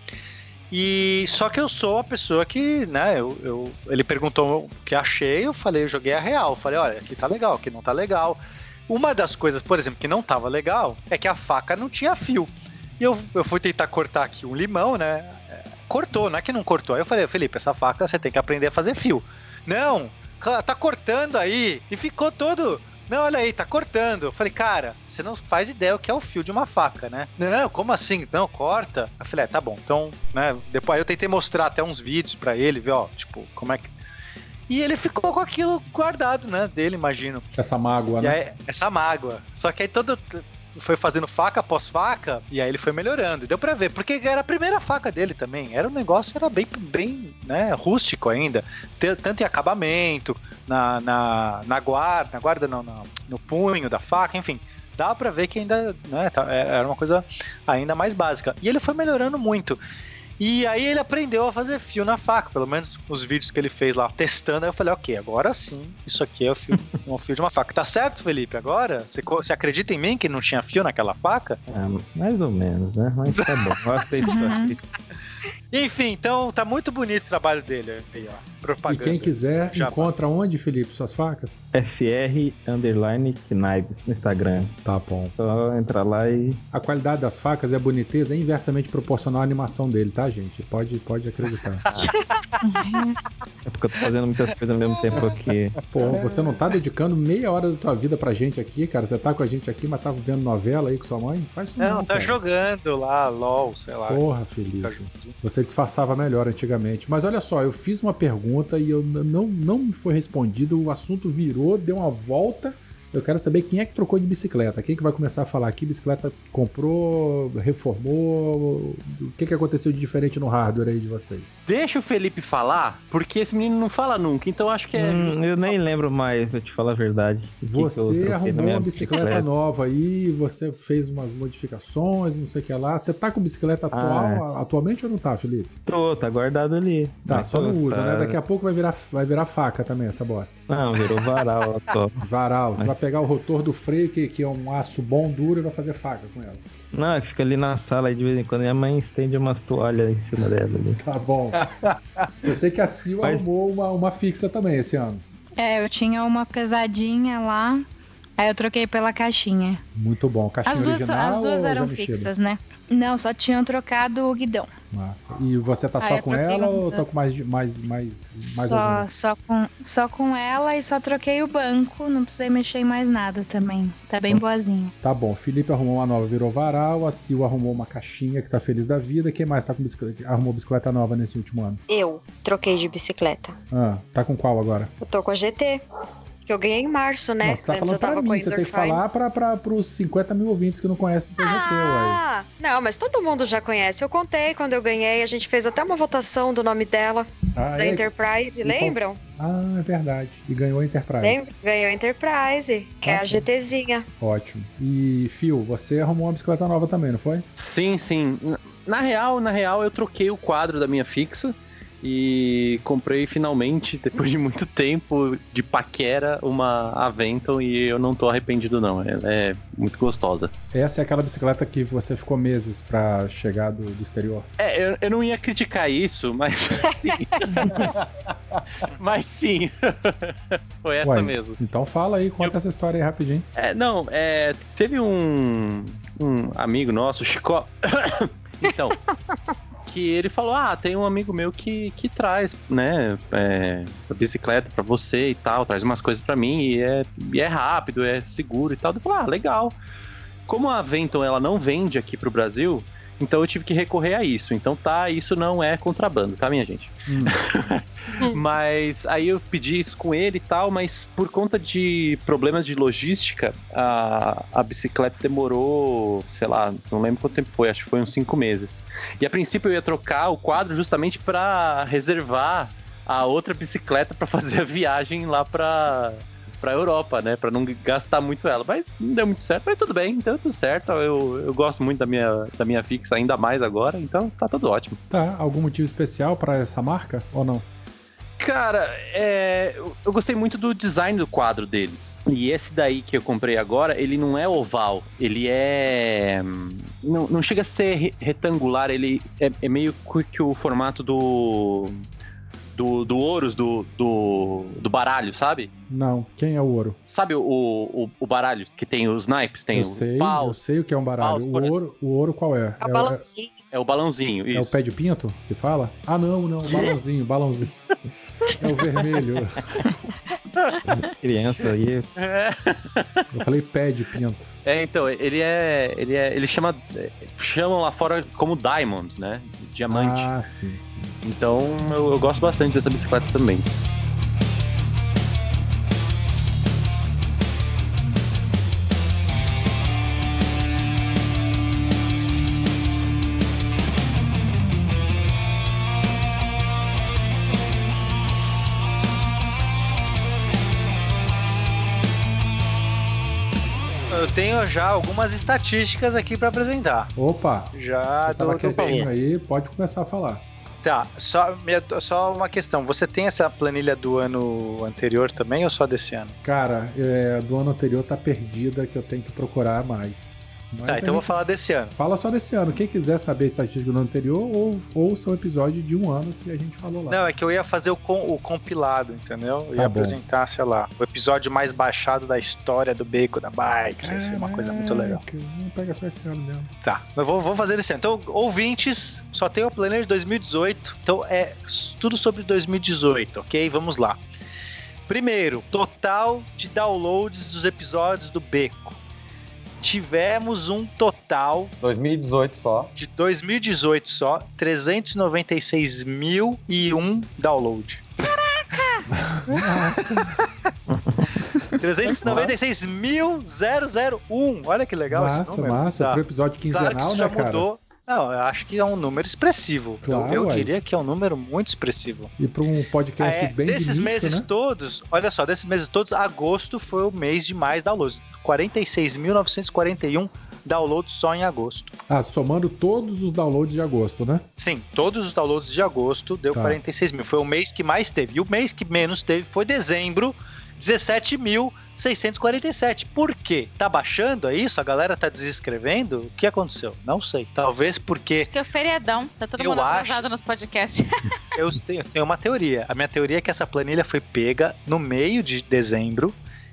E só que eu sou a pessoa que, né, eu, eu- ele perguntou o que achei, eu falei, eu joguei a real, eu falei, olha, aqui tá legal, aqui não tá legal. Uma das coisas, por exemplo, que não tava legal é que a faca não tinha fio. E eu, eu fui tentar cortar aqui um limão, né? É, Cortou, não é que não cortou. Aí eu falei, Felipe, essa faca você tem que aprender a fazer fio. Não, tá cortando aí. E ficou todo... Não, olha aí, tá cortando. Eu falei, cara, você não faz ideia o que é o fio de uma faca, né? Não, como assim? Não, corta. Eu falei, é, tá bom. Então, né, depois aí eu tentei mostrar até uns vídeos pra ele, ver, ó, tipo, como é que... E ele ficou com aquilo guardado, né, dele, imagino. Essa mágoa, E né? aí, essa mágoa. Só que aí todo... Foi fazendo faca após faca, e aí ele foi melhorando. Deu pra ver, porque era a primeira faca dele também. Era um negócio, era bem, bem né, rústico ainda. T- Tanto em acabamento, na, na, na guarda, na guarda não, na- no punho da faca, enfim. Dá pra ver que ainda, né, tá- era uma coisa ainda mais básica. E ele foi melhorando muito. E aí ele aprendeu a fazer fio na faca, pelo menos os vídeos que ele fez lá testando. Aí eu falei, ok, agora sim, isso aqui é o fio, um fio de uma faca. Tá certo, Felipe? Agora? Você, co- você acredita em mim que não tinha fio naquela faca? Ah, mais ou menos, né? Mas tá bom. Eu aceito, eu aceito. Enfim, então tá muito bonito o trabalho dele aí, ó. E Propaganda. quem quiser, Jabá. encontra onde, Felipe, suas facas? F R underline Knives no Instagram. Tá bom. Só entrar lá e... A qualidade das facas e a boniteza é inversamente proporcional à animação dele, tá, gente? Pode, pode acreditar. É porque eu tô fazendo muitas coisas ao mesmo tempo aqui. Pô, você não tá dedicando meia hora da tua vida pra gente aqui, cara? Você tá com a gente aqui, mas tá vendo novela aí com sua mãe? Faz isso não, Não, tá cara. jogando lá, LOL, sei lá. Porra, Felipe. Você disfarçava melhor antigamente. Mas olha só, eu fiz uma pergunta e eu n- não, não me foi respondido, o assunto virou, deu uma volta. Eu quero saber quem é que trocou de bicicleta. Quem que vai começar a falar? Que bicicleta comprou, reformou? O que que aconteceu de diferente no hardware aí de vocês? Deixa o Felipe falar, porque esse menino não fala nunca, então acho que é. Hum, justo. eu nem lembro mais, pra te falar a verdade. o que que eu Você troquei na arrumou minha uma bicicleta nova aí, você fez umas modificações, não sei o que lá. Você tá com bicicleta atual, atualmente ou não tá, Felipe? Tô, tá guardado ali. Tá, Mas só tô, não usa, tá- né? Daqui a pouco vai virar, vai virar faca também, essa bosta. Não, virou varal ó, só. Varal, você Mas- vai pegar o rotor do freio, que, que é um aço bom, duro, e vai fazer faca com ela. Não, fica ali na sala aí de vez em quando. Minha mãe estende umas toalhas em cima dela ali. Tá bom. Eu sei que a Sil Mas- arrumou uma, uma fixa também esse ano. É, eu tinha uma pesadinha lá, aí eu troquei pela caixinha. Muito bom. Caixinha As duas, original as duas ou já eram mexido? fixas, né? Não, só tinham trocado o guidão. Massa. E você tá Ah, só eu com troquei ela um- ou tá com mais, de- mais, mais, mais Só, alguma? só, com, só com ela e só troquei o banco, não precisei mexer em mais nada também. Tá bem boazinha. Tá bom, Felipe arrumou uma nova, virou varal, a Sil arrumou uma caixinha que tá feliz da vida. Quem mais tá com bicicleta, arrumou bicicleta nova nesse último ano? Eu troquei de bicicleta. Ah, tá com qual agora? Eu tô com a G T. Que eu ganhei em março, né? Não, você tá Antes falando eu tava pra com a mim, você tem que Endorfine. falar pra, pra, pros cinquenta mil ouvintes que não conhecem o teu G T, ué. Ah, não, mas todo mundo já conhece. Eu contei quando eu ganhei, a gente fez até uma votação do nome dela, Ah, da e aí? Enterprise, E qual- lembram? Ah, é verdade. E ganhou a Enterprise. Lembra? Ganhou a Enterprise, que é Ah, a GTzinha. Ótimo. E, Fio, você arrumou uma bicicleta nova também, não foi? Sim, sim. Na real, na real, eu troquei o quadro da minha fixa e comprei finalmente, depois de muito tempo de paquera, uma Aventon e eu não tô arrependido não. Ela é muito gostosa. Essa é aquela bicicleta que você ficou meses pra chegar do, do exterior? É, eu, eu não ia criticar isso, mas sim. Mas sim. Foi essa Ué, mesmo. Então fala aí, conta essa história aí rapidinho. É, não, é, teve um, um amigo nosso, Chico. Então, que ele falou: ah, tem um amigo meu que, que traz, né, é, a bicicleta pra você e tal, traz umas coisas pra mim e é, e é rápido, é seguro e tal. Eu falei: ah, legal. Como a Aventon, ela não vende aqui pro Brasil, então eu tive que recorrer a isso. Então tá, isso não é contrabando, tá, minha gente? Hum. Mas aí eu pedi isso com ele e tal, mas por conta de problemas de logística, a, a bicicleta demorou, sei lá, não lembro quanto tempo foi, acho que foi uns cinco meses. E a princípio eu ia trocar o quadro justamente para reservar a outra bicicleta para fazer a viagem lá para pra Europa, né, pra não gastar muito ela, mas não deu muito certo, mas tudo bem, deu tudo certo, eu, eu gosto muito da minha, da minha fixa, ainda mais agora, então tá tudo ótimo. Tá, algum motivo especial pra essa marca ou não? Cara, é, eu, eu gostei muito do design do quadro deles, e esse daí que eu comprei agora, ele não é oval, ele é... não, não chega a ser re- retangular, ele é, é meio que o formato do... Do, do Horus, do, do, do baralho, sabe? Não, quem é o ouro? Sabe o, o, o baralho que tem os naipes? Tem eu o sei, pau, eu sei o que é um baralho. paus, O por ouro, o ouro qual é? É o é, balãozinho. é o balãozinho, é, é o isso. pé de pinto que fala? Ah, não, não, balãozinho, balãozinho. É o vermelho. Criança aí. É. Eu falei pé de pinto. É, então, ele é. Ele é. Ele chama. Chamam lá fora como Diamonds, né? Diamante. Ah, sim, sim. Então eu, eu gosto bastante dessa bicicleta também. Eu tenho já algumas estatísticas aqui pra apresentar. Opa, Já você tava do, do quietinho aí, pode começar a falar. Tá, só, minha- só uma questão. Você tem essa planilha do ano anterior também ou só desse ano? Cara, é, do ano anterior tá perdida que eu tenho que procurar mais. Mas Tá, a então eu vou gente falar desse ano. Fala só desse ano. Quem quiser saber a estatística do ano anterior, ou ouça o episódio de um ano que a gente falou lá. Não, é que eu ia fazer o, com- o compilado, entendeu? Eu ia Tá bom. apresentar, sei lá, o episódio mais baixado da história do Beco da Bike. Ia ser uma coisa muito legal. Caraca, Não pega só esse ano mesmo. Tá, mas vou, vou fazer esse ano. Então, ouvintes, só tem o planejamento de dois mil e dezoito. Então, é tudo sobre dois mil e dezoito, ok? Vamos lá. Primeiro, total de downloads dos episódios do Beco. Tivemos um total dois mil e dezoito só. de dois mil e dezoito só, trezentos e noventa e seis mil e um download. trezentos e noventa e seis mil e um. Olha que legal esse Massa, número. massa. Tá. Pro episódio quinzenal, Claro que isso né, já cara? mudou. Não, eu acho que é um número expressivo. Claro, eu eu uai. diria que é um número muito expressivo. E para um podcast É, bem de desses nicho, meses né? todos, olha só, desses meses todos, agosto foi o mês de mais downloads. quarenta e seis mil novecentos e quarenta e um downloads só em agosto. Ah, somando todos os downloads de agosto, né? Sim, todos os downloads de agosto deu Tá. quarenta e seis mil. Foi o mês que mais teve. E o mês que menos teve foi dezembro, dezessete mil seiscentos e quarenta e sete. Por quê? Tá baixando, é isso? A galera tá desescrevendo? O que aconteceu? Não sei. Talvez porque Acho que é o feriadão. Tá todo Eu mundo acho- atrasado nos podcasts. eu tenho, tenho uma teoria. A minha teoria é que essa planilha foi pega no meio de dezembro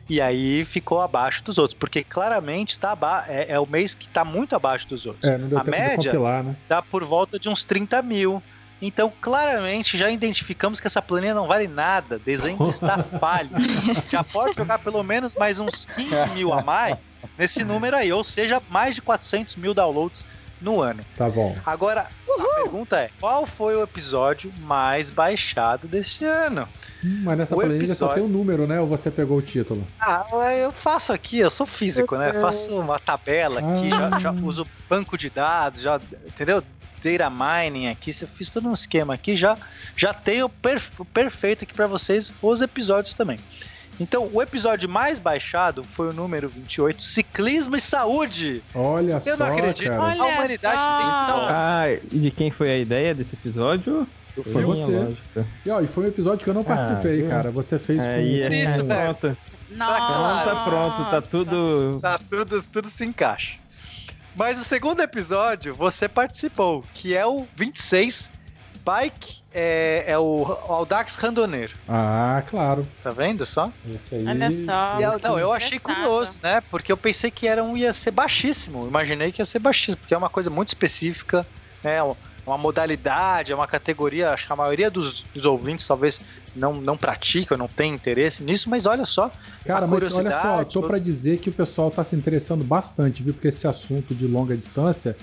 E aí ficou abaixo dos outros, porque claramente tá aba- é, é o mês que tá muito abaixo dos outros. É, não deu a tempo de média compilar, né? dá por volta de uns trinta mil. Então, claramente, já identificamos que essa planilha não vale nada. Desenho está falho. Já pode jogar pelo menos mais uns quinze mil a mais nesse número aí. Ou seja, mais de quatrocentos mil downloads no ano. Tá bom. Agora, a pergunta é, qual foi o episódio mais baixado deste ano? Hum, mas nessa O planilha só episódio- tem um número, né? Ou você pegou o título? Ah, eu faço aqui, eu sou físico, né? Faço uma tabela aqui, Ah. já, já uso banco de dados, já, entendeu? Data mining aqui, eu fiz todo um esquema aqui, já, já tenho perf- perfeito aqui pra vocês os episódios também. Então, o episódio mais baixado foi o número vinte e oito, Ciclismo e Saúde. Olha Eu só, não acredito. cara. Olha A humanidade só. tem de salvação. Ah, e de quem foi a ideia desse episódio? Foi minha, você. lógico. E, ó, e foi um episódio que eu não participei, viu? cara. Você fez com... Aí é Isso, pronto. velho. Então Nossa. tá pronto, tá tudo. Tá tudo, tudo se encaixa. Mas o segundo episódio, você participou, que é o vinte e seis, Bike, é, é o Audax Randonneiro. Ah, claro. Tá vendo só? Esse aí... Olha só. E eu- não, eu achei Engraçado. curioso, né? Porque eu pensei que era um, ia ser baixíssimo. Imaginei que ia ser baixíssimo, porque é uma coisa muito específica, né? Uma modalidade, é uma categoria. Acho que a maioria dos, dos ouvintes talvez não, não pratica, não tem interesse nisso, mas olha só. Cara, a mas olha só, curiosidade, tô pra dizer que o pessoal tá se interessando bastante, viu? Porque esse assunto de longa distância,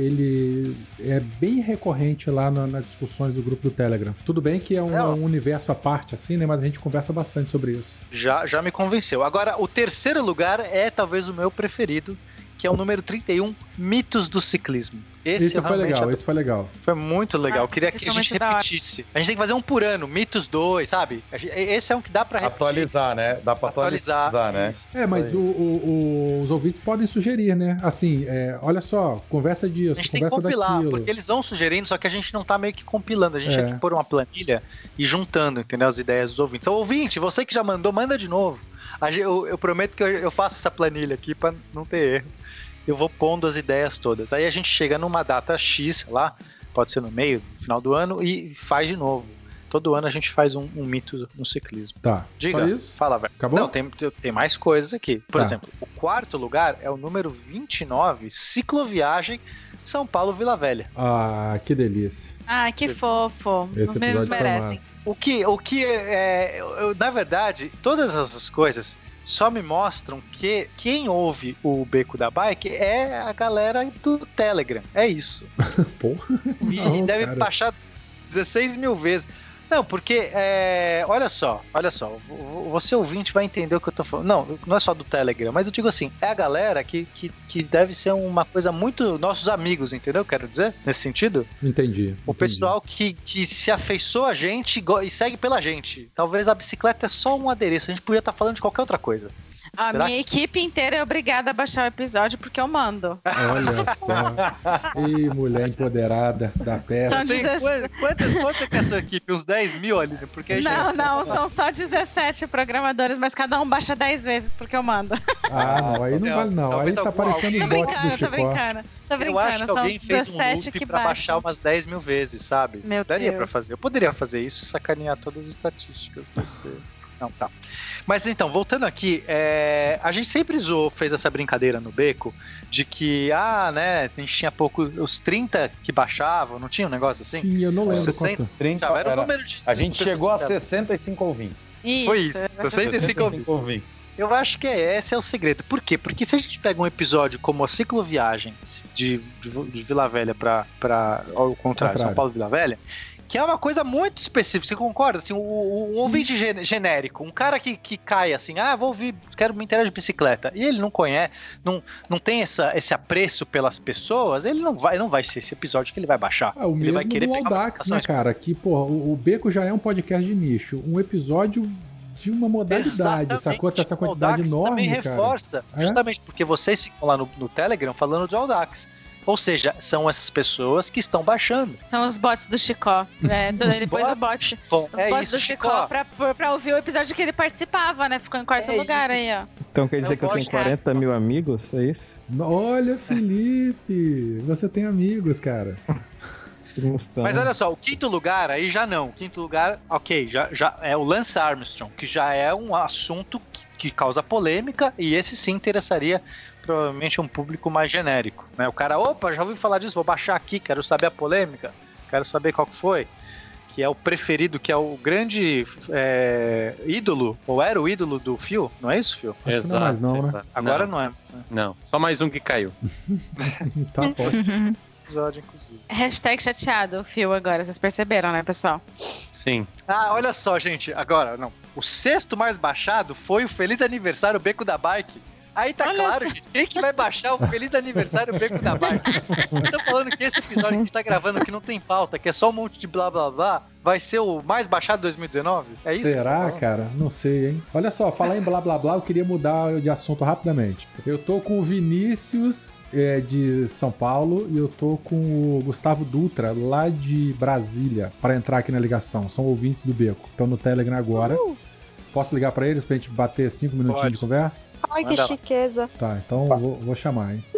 ele é bem recorrente lá na- nas discussões do grupo do Telegram. Tudo bem que é um, É, ó. um universo à parte, assim, né? Mas a gente conversa bastante sobre isso. Já, já me convenceu. Agora, o terceiro lugar é talvez o meu preferido, que é o número trinta e um, Mitos do Ciclismo. Esse, Esse eu foi realmente legal, adoro. esse foi legal. Foi muito legal. Ah, Eu queria esse que a foi gente muito da hora. repetisse. A gente tem que fazer um por ano, Mitos dois, sabe? A gente- Esse é um que dá pra repetir. Atualizar, né? Dá pra Atualizar. atualizar, né? É, mas Isso o- aí. o- o- os ouvintes podem sugerir, né? Assim, é, olha só, conversa A disso, gente tem que conversa compilar, daquilo. porque eles vão sugerindo, só que a gente não tá meio que compilando. A gente É. tem que pôr uma planilha e juntando, entendeu? As ideias dos ouvintes. Então, ouvinte, você que já mandou, manda de novo. A gen- Eu, eu prometo que eu, eu faço essa planilha aqui pra não ter erro. Eu vou pondo as ideias todas. Aí a gente chega numa data X, sei lá, pode ser no meio, no final do ano, e faz de novo. Todo ano a gente faz um, um mito no ciclismo. Tá, Diga, só isso? fala, velho. Acabou? Não, tem, tem mais coisas aqui. Por Tá. exemplo, o quarto lugar é o número vinte e nove, Cicloviagem São Paulo-Vila Velha. Ah, que delícia. Ah, que fofo. Esse Os meninos episódio foi merecem. massa. O que, o que é, eu- eu- na verdade, todas essas coisas só me mostram que quem ouve o Beco da Bike é a galera do Telegram. É isso. Porra. E Não, deve cara. baixar dezesseis mil vezes. Não, porque, é, olha só, olha só, vo- vo- você ouvinte vai entender o que eu tô falando. Não, não é só do Telegram, mas eu digo assim, é a galera que, que, que deve ser uma coisa muito nossos amigos, entendeu? Quero dizer, nesse sentido. Entendi. O entendi. pessoal que, que se afeiçoa a gente e go- e segue pela gente. Talvez a bicicleta é só um adereço, a gente podia estar falando de qualquer outra coisa. A Será minha equipe inteira é obrigada a baixar o episódio porque eu mando. Olha só. Ih, mulher empoderada da peça. São Tem, dezesseis. quantas, quantas que é a sua equipe? Uns dez mil ali, né? Porque a gente- Não, não, são só dezessete programadores, mas cada um baixa dez vezes porque eu mando. Ah, não, aí não Não, vale não. Aí talvez tá algum- parecendo os Tô bots do brincando, tô Chicó. brincando. Tô brincando, Eu acho que alguém são fez um dezessete loop que pra baixar baixam. umas dez mil vezes, sabe? Meu Daria Deus. pra fazer. Eu poderia fazer isso e sacanear todas as estatísticas. Não, tá. Mas então, voltando aqui, é, a gente sempre zoou, fez essa brincadeira no Beco, de que, ah, né, a gente tinha pouco, os trinta que baixavam, não tinha um negócio assim? Sim, eu não lembro sessenta, quanto. trinta, Era o era- número de... A gente de chegou a pessoas. sessenta e cinco ouvintes. Isso. Foi isso, sessenta e cinco ouvintes. ouvintes. Eu acho que é, esse é o segredo. Por quê? Porque se a gente pega um episódio como a cicloviagem de, de, de Vila Velha para ao contrário, São Contrário. Paulo e Vila Velha, que é uma coisa muito específica, você concorda? Assim, o, o- um ouvinte gen- genérico, um cara que, que cai assim, ah, vou ouvir, quero me inteirar de bicicleta, e ele não conhece, não, não tem essa, esse apreço pelas pessoas, ele não vai, não vai ser esse episódio que ele vai baixar. Ah, o ele vai mesmo querer do pegar uma Audax, informação né, cara? Que, porra, o, o Beco já é um podcast de nicho. Um episódio de uma modalidade, Exatamente. sacou? Essa O quantidade Audax enorme, também cara. reforça, É? justamente porque vocês ficam lá no, no Telegram falando de Audax. Ou seja, são essas pessoas que estão baixando. São os bots do Chicó. É, depois o bot. Bom, Os é bots isso, do Chicó Chicó. pra, pra, pra ouvir o episódio que ele participava, né? Ficou em quarto É lugar aí, ó. isso. Então quer dizer Eu que eu vou tenho achar. quarenta mil amigos? É isso? Olha, Felipe, você tem amigos, cara. Mas olha só, o quinto lugar aí já não. O quinto lugar, ok, já, já é o Lance Armstrong, que já é um assunto que, que causa polêmica, e esse sim interessaria provavelmente um público mais genérico, né? O cara, opa, já ouvi falar disso, vou baixar aqui, quero saber a polêmica, quero saber qual que foi, que é o preferido, que é o grande é, ídolo, ou era o ídolo do Phil, não é isso, Phil? Acho que não é mais não, né? Agora não, não é. Não, só mais um que caiu. Tá bom. Episódio, inclusive. Hashtag chateado, o Phil, agora. Vocês perceberam, né, pessoal? Sim. Ah, olha só, gente. Agora, não. O sexto mais baixado foi o Feliz Aniversário Beco da Bike. Aí tá Olha claro, só. gente. Quem que vai baixar o Feliz Aniversário Beco da Bike? Eu tô falando que esse episódio que a gente tá gravando que não tem pauta, que é só um monte de blá blá blá, vai ser o mais baixado de dois mil e dezenove? É isso? Será, que cara? Não sei, hein? Olha só, falar em blá blá blá, eu queria mudar de assunto rapidamente. Eu tô com o Vinícius é, de São Paulo e eu tô com o Gustavo Dutra, lá de Brasília, para entrar aqui na ligação. São ouvintes do Beco. Estão no Telegram agora. Uh! Posso ligar pra eles pra gente bater cinco minutinhos Pode. de conversa? Ai, que chiqueza. Tá, então vou, vou chamar, hein?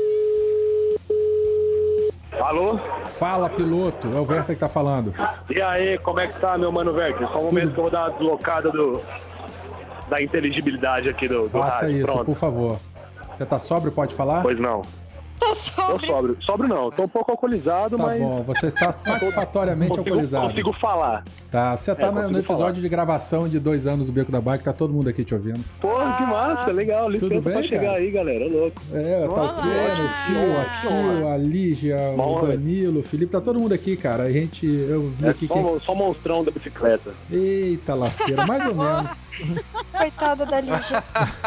Alô? Fala, piloto. É o Werther que tá falando. E aí, como é que tá, meu mano Werther? Só um momento Tudo... que eu vou dar uma deslocada do... da inteligibilidade aqui do, do Faça rádio. isso, Pronto. por favor. Você tá sóbrio, pode falar? Pois não. Tá sóbrio. Tô sóbrio. Sóbrio não, tô um pouco alcoolizado, tá mas... Tá bom, você está satisfatoriamente consigo, alcoolizado. Consigo falar. Tá, você tá é, no, no episódio falar. de gravação de dois anos do Beco da Bike, tá todo mundo aqui te ouvindo. Porra, que massa, legal. Licença Tudo bem, pra chegar cara? aí, galera, louco. É, tá o Piano, o Fio, a Sil, a Lígia, o Danilo, o Felipe, tá todo mundo aqui, cara. A gente, eu vi é aqui só, que... só monstrão da bicicleta. Eita lasqueira, mais ou menos. Coitada da Lígia.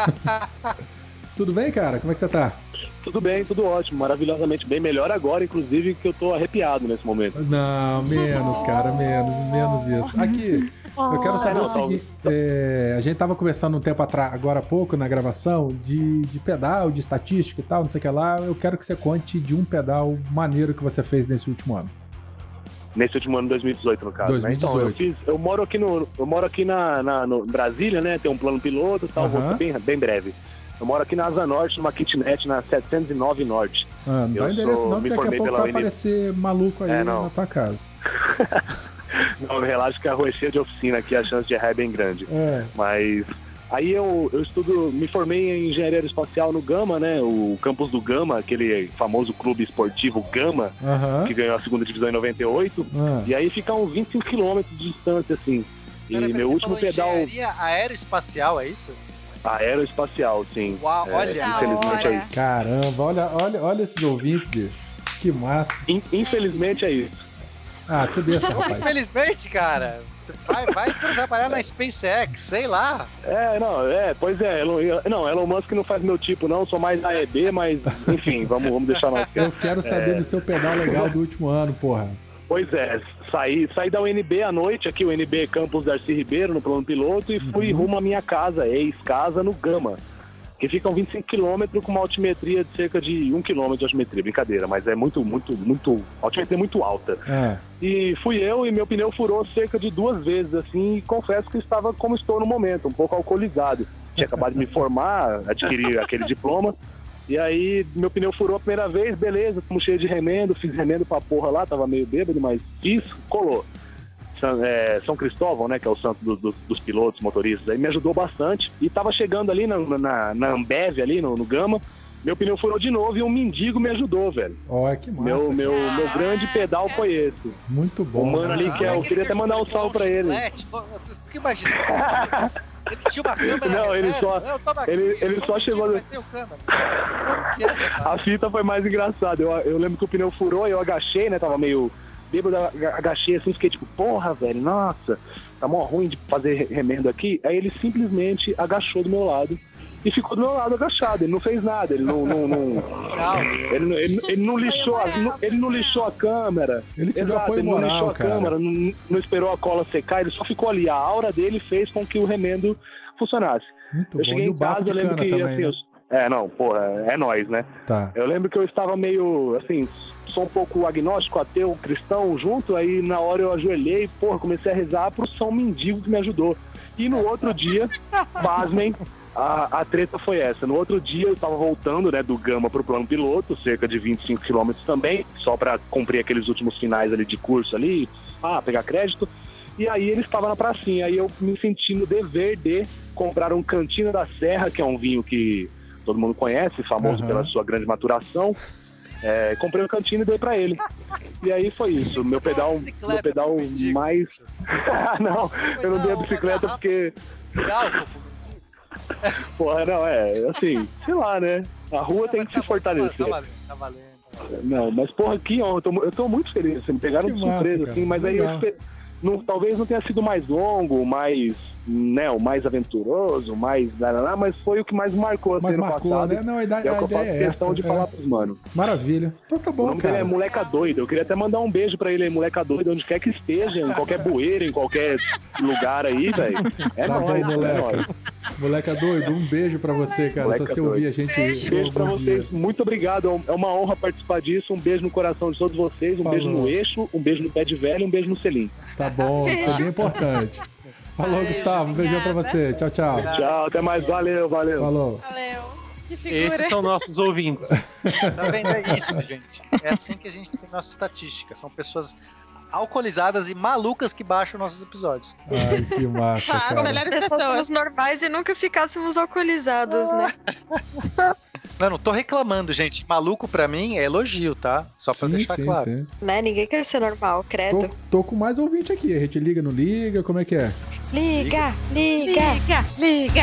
Tudo bem, cara? Como é que você tá? Tudo bem, tudo ótimo, maravilhosamente bem, melhor agora, inclusive, que eu tô arrepiado nesse momento. Não, menos, cara, menos, menos isso. Aqui, eu quero saber o seguinte, é, a gente tava conversando um tempo atrás, agora há pouco, na gravação, de, de pedal, de estatística e tal, não sei o que lá, eu quero que você conte de um pedal maneiro que você fez nesse último ano. Nesse último ano, dois mil e dezoito, no caso, dois mil e dezoito. Né? Então, eu, fiz, eu moro aqui, no, eu moro aqui na, na no Brasília, né, tem um plano piloto e tal, uhum. vou ser bem, bem breve. Eu moro aqui na Asa Norte, numa kitnet, na setecentos e nove Norte. Ah, não dá endereço não, porque daqui a pouco vai U N... aparecer maluco aí é, na tua casa. Não, relaxa que a rua é cheia de oficina aqui, a chance de errar é bem grande. É. Mas aí eu, eu estudo, me formei em engenharia aeroespacial no Gama, né? O campus do Gama, aquele famoso clube esportivo Gama, uhum. que ganhou a segunda divisão em noventa e oito. Uhum. E aí fica uns vinte e cinco quilômetros de distância, assim. E Cara, meu último pedal... Engenharia aeroespacial, é isso? Aeroespacial, sim. Uau, é, olha, infelizmente é isso. Caramba, olha, olha, olha esses ouvintes, bicho. Que massa. In, infelizmente é isso. Ah, você deixa, rapaz. Infelizmente, cara. Você vai, vai trabalhar na SpaceX, sei lá. É, não, é, pois é. Elon, não, Elon Musk não faz meu tipo, não. Sou mais A E B, mas, enfim, vamos, vamos deixar mais. Eu quero saber é... do seu pedal legal do último ano, porra. Pois é, saí, saí da U N B à noite, aqui o U N B Campus Darcy Ribeiro, no plano piloto, e fui uhum. rumo à minha casa, ex-casa, no Gama, que fica a vinte e cinco quilômetros com uma altimetria de cerca de um quilômetro de altimetria, brincadeira, mas é muito, muito, muito, altimetria muito alta. É. E fui eu e meu pneu furou cerca de duas vezes, assim, e confesso que estava como estou no momento, um pouco alcoolizado. Tinha acabado de me formar, adquirir aquele diploma. E aí, meu pneu furou a primeira vez, beleza, como cheio de remendo, fiz remendo pra porra lá, tava meio bêbado, mas fiz, colou. São, é, São Cristóvão, né, que é o santo do, do, dos pilotos, motoristas, aí me ajudou bastante. E tava chegando ali na, na, na Ambev, ali no, no Gama, meu pneu furou de novo e um mendigo me ajudou, velho. Olha que massa. Meu, meu, meu grande pedal foi esse. Muito bom. O mano ali, que é, eu queria até mandar um salve pra ele. Eu fico imaginando. Ele tinha uma câmera. Não, ele né? só, aqui, ele, ele só chegou. No... A fita foi mais engraçada. Eu, eu lembro que o pneu furou, eu agachei, né? Tava meio bêbado, agachei assim, fiquei tipo, porra, velho, nossa, tá mó ruim de fazer remendo aqui. Aí ele simplesmente agachou do meu lado e ficou do meu lado agachado. Ele não fez nada, ele não. não, não ele, ele, ele não lixou a, ele não lixou a câmera. Ele te deu Exato, apoio ele não moral, lixou a cara. câmera, não, não esperou a cola secar, ele só ficou ali. A aura dele fez com que o remendo funcionasse. Muito eu bom. cheguei E em o bafo casa, de eu lembro cana que também, assim, né? eu, é, não, porra, é nóis, né? Tá. Eu lembro que eu estava meio, assim, sou um pouco agnóstico, ateu, cristão junto, aí na hora eu ajoelhei, porra, comecei a rezar pro São Mendigo que me ajudou. E no outro dia, pasmem, a, a treta foi essa. No outro dia eu tava voltando, né, do Gama pro plano piloto, cerca de vinte e cinco quilômetros também, só pra cumprir aqueles últimos finais ali de curso ali, ah, pegar crédito. E aí ele estava na pracinha, aí eu me senti no dever de comprar um Cantina da Serra, que é um vinho que todo mundo conhece, famoso uhum. pela sua grande maturação. É, comprei um Cantina e dei pra ele. E aí foi isso, meu pedal, meu pedal mais... não, eu não dei a bicicleta porque... Porra, não, é, assim, sei lá, né? A rua tem que se fortalecer. Tá valendo, tá valendo. Não, mas porra, que honra, eu tô, eu tô muito feliz, assim, me pegaram de surpresa, assim, mas aí eu esper... não, talvez não tenha sido mais longo, mais, né, o mais aventuroso, mais, mas foi o que mais marcou, assim, mas no marcou, passado. Né? Não, a ideia, é o que eu faço é questão essa, de é. falar pros mano. Maravilha. Então tá bom, o nome cara. dele é Moleca Doido, eu queria até mandar um beijo pra ele aí, Moleca Doido, onde quer que esteja, em qualquer bueira, em qualquer lugar aí, velho. É tá nóis, bom, moleca. É nóis. Moleca Doido, um beijo pra você, cara. Moleca Se você doido. ouvir a gente... Beijo, beijo pra vocês, dia. Muito obrigado, é uma honra participar disso, um beijo no coração de todos vocês, um Falou. beijo no eixo, um beijo no pé de velho, um beijo no selim. Tá bom, isso é bem importante. Falou, Valeu, Gustavo, um beijão pra você. Tchau, tchau. Tchau, até mais, valeu, valeu. Falou. Valeu. Que figura. Esses são nossos ouvintes. Tá vendo? É isso, gente. É assim que a gente tem nossa estatística. São pessoas alcoolizadas e malucas que baixam nossos episódios. Ai, que massa, ah, cara. melhores pessoas. Se fôssemos normais e nunca ficássemos alcoolizados, né? Não, não tô reclamando, gente. Maluco pra mim é elogio, tá? Só pra sim, deixar sim, claro. Sim. Né? Ninguém quer ser normal, credo. Tô, tô com mais ouvinte aqui. A gente liga, não liga? Como é que é? Liga, liga, liga, liga.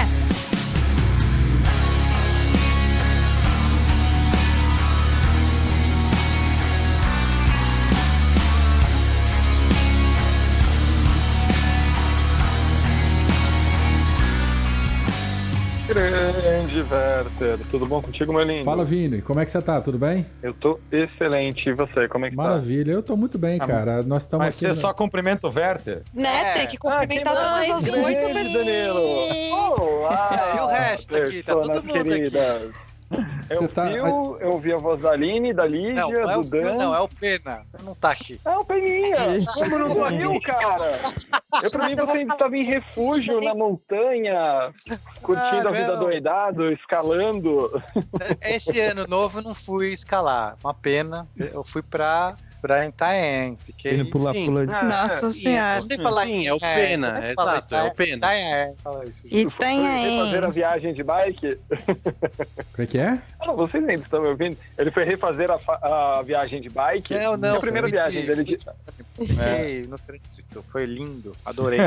Grande Werther, tudo bom contigo, meu lindo? Fala, Vini, como é que você tá? Tudo bem? Eu tô excelente, e você, como é que Maravilha. tá? Maravilha, eu tô muito bem, cara. Nós estamos Mas aqui você no... só cumprimenta o Werther? Né, tem que cumprimentar ah, todas as oito pessoas. Danilo! Olá! E o resto aqui, tá todo mundo queridas. aqui. Eu Você tá- vi, o- eu ouvi a voz da Aline, da Lídia, Não, não é o do Fio, Dan. não, é o Pena. Não tá aqui. É o Peninha! Como não viu, cara? Eu, pra mim, você estava em refúgio na montanha, curtindo Ah, a vida não. doidado, escalando. Esse ano novo eu não fui escalar. Uma pena. Eu fui pra, pra Itaém. Fiquei... Ele pula, sim. pula. Ah, Nossa Senhora. Não sei falar Sim, é o é, Pena, como é que é fala? exato, é o Pena. Itaém, fala isso. E tem Foi aí. refazer a viagem de bike. Como é que é? Ah, vocês ainda estão me ouvindo? Ele foi refazer a, fa- a viagem de bike. Não, não, a primeira foi viagem de- dele de... Fiquei no trânsito. Foi lindo. Adorei.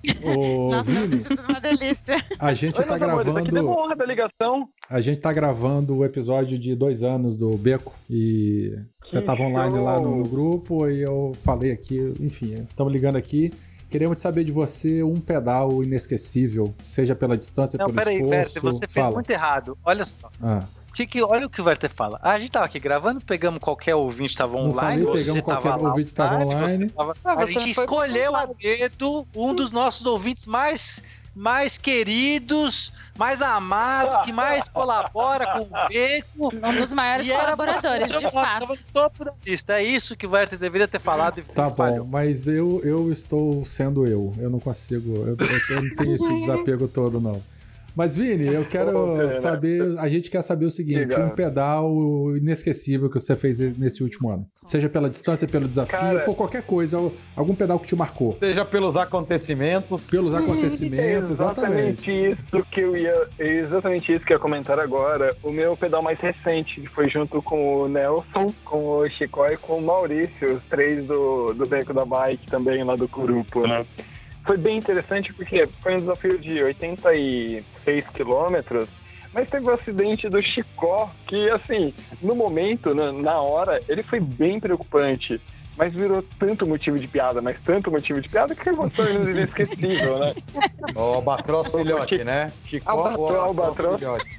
Ô, Nossa, Vini, uma delícia. a gente Oi, tá meus amores, aqui deu gravando... honra da ligação. A gente tá gravando o episódio de dois anos do Beco e você Que tava online show. lá no, no grupo e eu falei aqui, enfim, estamos ligando aqui. Queremos saber de você um pedal inesquecível, seja pela distância, Não, pelo peraí, esforço. Werther, você fez Fala. muito errado. Olha só. Ah, Que que, olha o que o Werther fala. Ah, a gente tava aqui gravando, pegamos qualquer ouvinte que tava Não online. falei, você pegamos tava qualquer lá ouvinte que tava online. você tava- Ah, a você gente não foi escolheu a consultado. dedo um dos nossos ouvintes mais, mais queridos, mais amados, que mais colabora com o Beco. Um dos maiores E era colaboradores, você, de eu fato. tava no topo da lista. É isso que o Werther deveria ter falado e Tá falhou. bom, mas eu, eu estou sendo eu. Eu não consigo. Eu, eu- eu não tenho esse desapego todo, não. Mas, Vini, eu quero Ô, Pena. saber. A gente quer saber o seguinte: Diga. um pedal inesquecível que você fez nesse último ano. Seja pela distância, pelo desafio, Cara, por qualquer coisa, algum pedal que te marcou. Seja pelos acontecimentos. Pelos É acontecimentos, exatamente. exatamente isso que eu ia. é exatamente isso que eu ia comentar agora. O meu pedal mais recente, que foi junto com o Nelson, com o Chicó e com o Maurício, os três do, do Beco da Bike também lá do Curupo, né? Foi bem interessante porque foi um desafio de oitenta e seis quilômetros, mas teve o acidente do Chicó, que assim, no momento, na, na hora, ele foi bem preocupante. Mas virou tanto motivo de piada, mas tanto motivo de piada que foi tornando inesquecível, né? O Albatroz filhote, né? Chico, Albatroz, o Albatroz. filhote.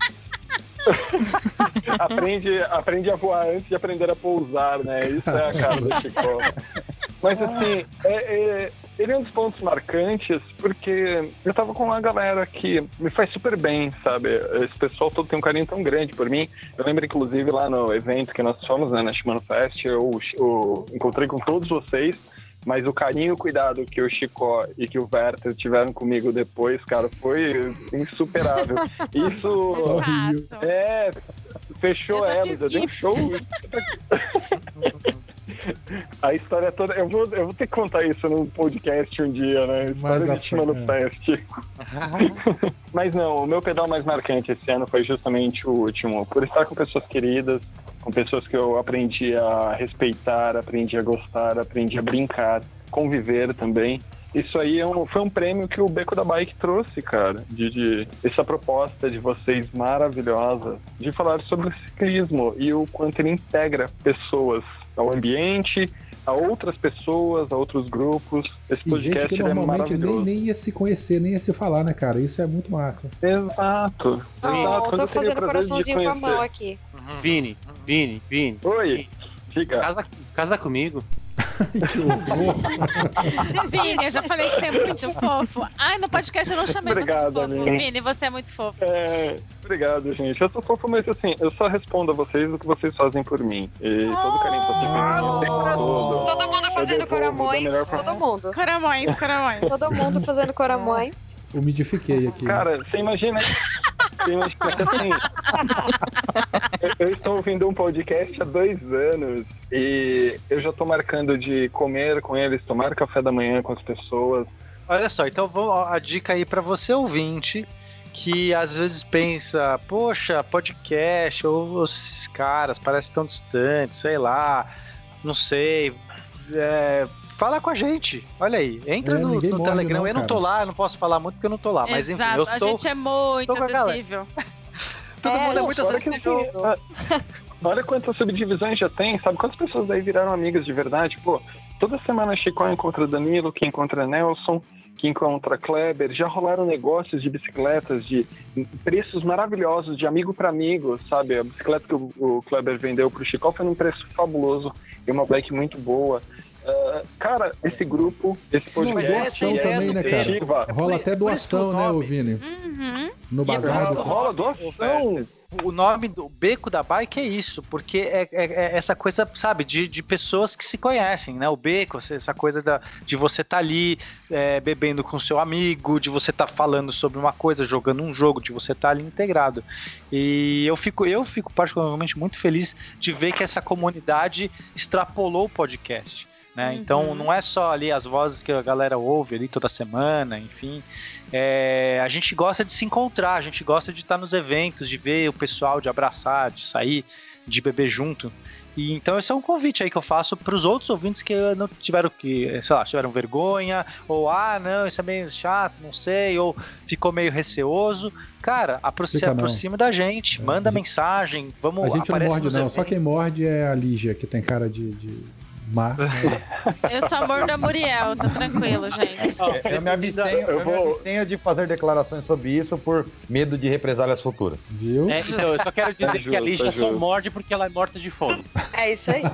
aprende, aprende a voar antes de aprender a pousar, né? Isso é a cara do Chicó. Mas assim, é, é, ele é um dos pontos marcantes porque eu tava com uma galera que me faz super bem, sabe? Esse pessoal todo tem um carinho tão grande por mim. Eu lembro, inclusive, lá no evento que nós fomos, né, na Shimano Fest, eu, eu encontrei com todos vocês Mas o carinho e o cuidado que o Chicó e que o Werther tiveram comigo depois, cara, foi insuperável. Isso Sorriu. é fechou elas, eu dei um show. A história toda, eu vou, eu vou ter que contar isso num podcast um dia, né? História Mas vítima no fest. Mas não, o meu pedal mais marcante esse ano foi justamente o último, por estar com pessoas queridas, com pessoas que eu aprendi a respeitar, aprendi a gostar, aprendi a brincar, conviver também. Isso aí é um, foi um prêmio que o Beco da Bike trouxe, cara, de, de essa proposta de vocês maravilhosa, de falar sobre o ciclismo e o quanto ele integra pessoas ao ambiente, a outras pessoas, a outros grupos. Esse E gente podcast que ele é normalmente nem, maravilhoso. nem ia se conhecer, nem ia se falar, né, cara? Isso é muito massa. Exato. Não, Exato. eu tô eu teria o fazendo prazer coraçãozinho de com a mão conhecer. aqui. Vini, Vini, Vini. Oi, diga. Casa, casa comigo. Que horror. Vini, eu já falei que você é muito fofo. Ai, no podcast eu não chamei Obrigado, você de fofo. amiga. Vini, você é muito fofo. É, obrigado, gente. Eu sou fofo, mas assim, eu só respondo a vocês o que vocês fazem por mim. E todo o carinho que vocês têm o tempo todo. Todo mundo eu fazendo devolvo da coramões, melhor forma. todo mundo. Coramões, coramões. Todo mundo fazendo coramões. Umidifiquei aqui. Cara, você imagina. Você imagina que assim. eu, eu estou ouvindo um podcast há dois anos e eu já estou marcando de comer com eles, tomar café da manhã com as pessoas. Olha só, então vou, a dica aí pra você ouvinte que às vezes pensa, poxa, podcast, ou esses caras parecem tão distantes, sei lá, não sei. É, fala com a gente, olha aí, entra É, no, ninguém no morre Telegram. não, eu não tô cara. lá, eu não posso falar muito porque eu não tô lá, mas enfim, Exato, eu a tô. gente é muito tô com a galera. acessível. Todo É, mundo é não, muito Olha, que acessível. assim, olha quantas subdivisões já tem, sabe? Quantas pessoas daí viraram amigas de verdade? Pô, toda semana Chico encontra Danilo, que encontra Nelson, que encontra Kleber. Já rolaram negócios de bicicletas de preços maravilhosos, de amigo para amigo, sabe? A bicicleta que o, o Kleber vendeu pro Chico foi num preço fabuloso e uma bike muito boa. Uh, cara, esse grupo, esse Não, podcast... doação é também, né, cara? efetiva. Rola até doação, né, ô Vini? Uhum. No bazar. Rola, rola doação. O nome do Beco da Bike é isso, porque é, é- é essa coisa, sabe, de, de pessoas que se conhecem, né? O beco, essa coisa da, de você estar ali é, bebendo com seu amigo, de você estar falando sobre uma coisa, jogando um jogo, de você estar ali integrado. E eu fico, eu fico particularmente muito feliz de ver que essa comunidade extrapolou o podcast. Né? Uhum. Então não é só ali as vozes que a galera ouve ali toda semana, enfim. É, a gente gosta de se encontrar, a gente gosta de estar nos eventos, de ver o pessoal, de abraçar, de sair, de beber junto. E então esse é um convite aí que eu faço para os outros ouvintes que não tiveram que, sei lá, tiveram vergonha, ou ah, não, isso é meio chato, não sei, ou ficou meio receoso. Cara, apro- se Fica não. aproxima da gente, manda a gente- mensagem, vamos A gente não aparece morde, nos não. Só eventos. quem morde é a Lígia, que tem cara de, de mar. Eu sou amor da Muriel, tá tranquilo, gente. Eu me abstenho, eu me abstenho de fazer declarações sobre isso por medo de represálias futuras. Viu? É, então, eu só quero dizer Justo, que a Lígia só justo. morde porque ela é morta de fome. É isso aí.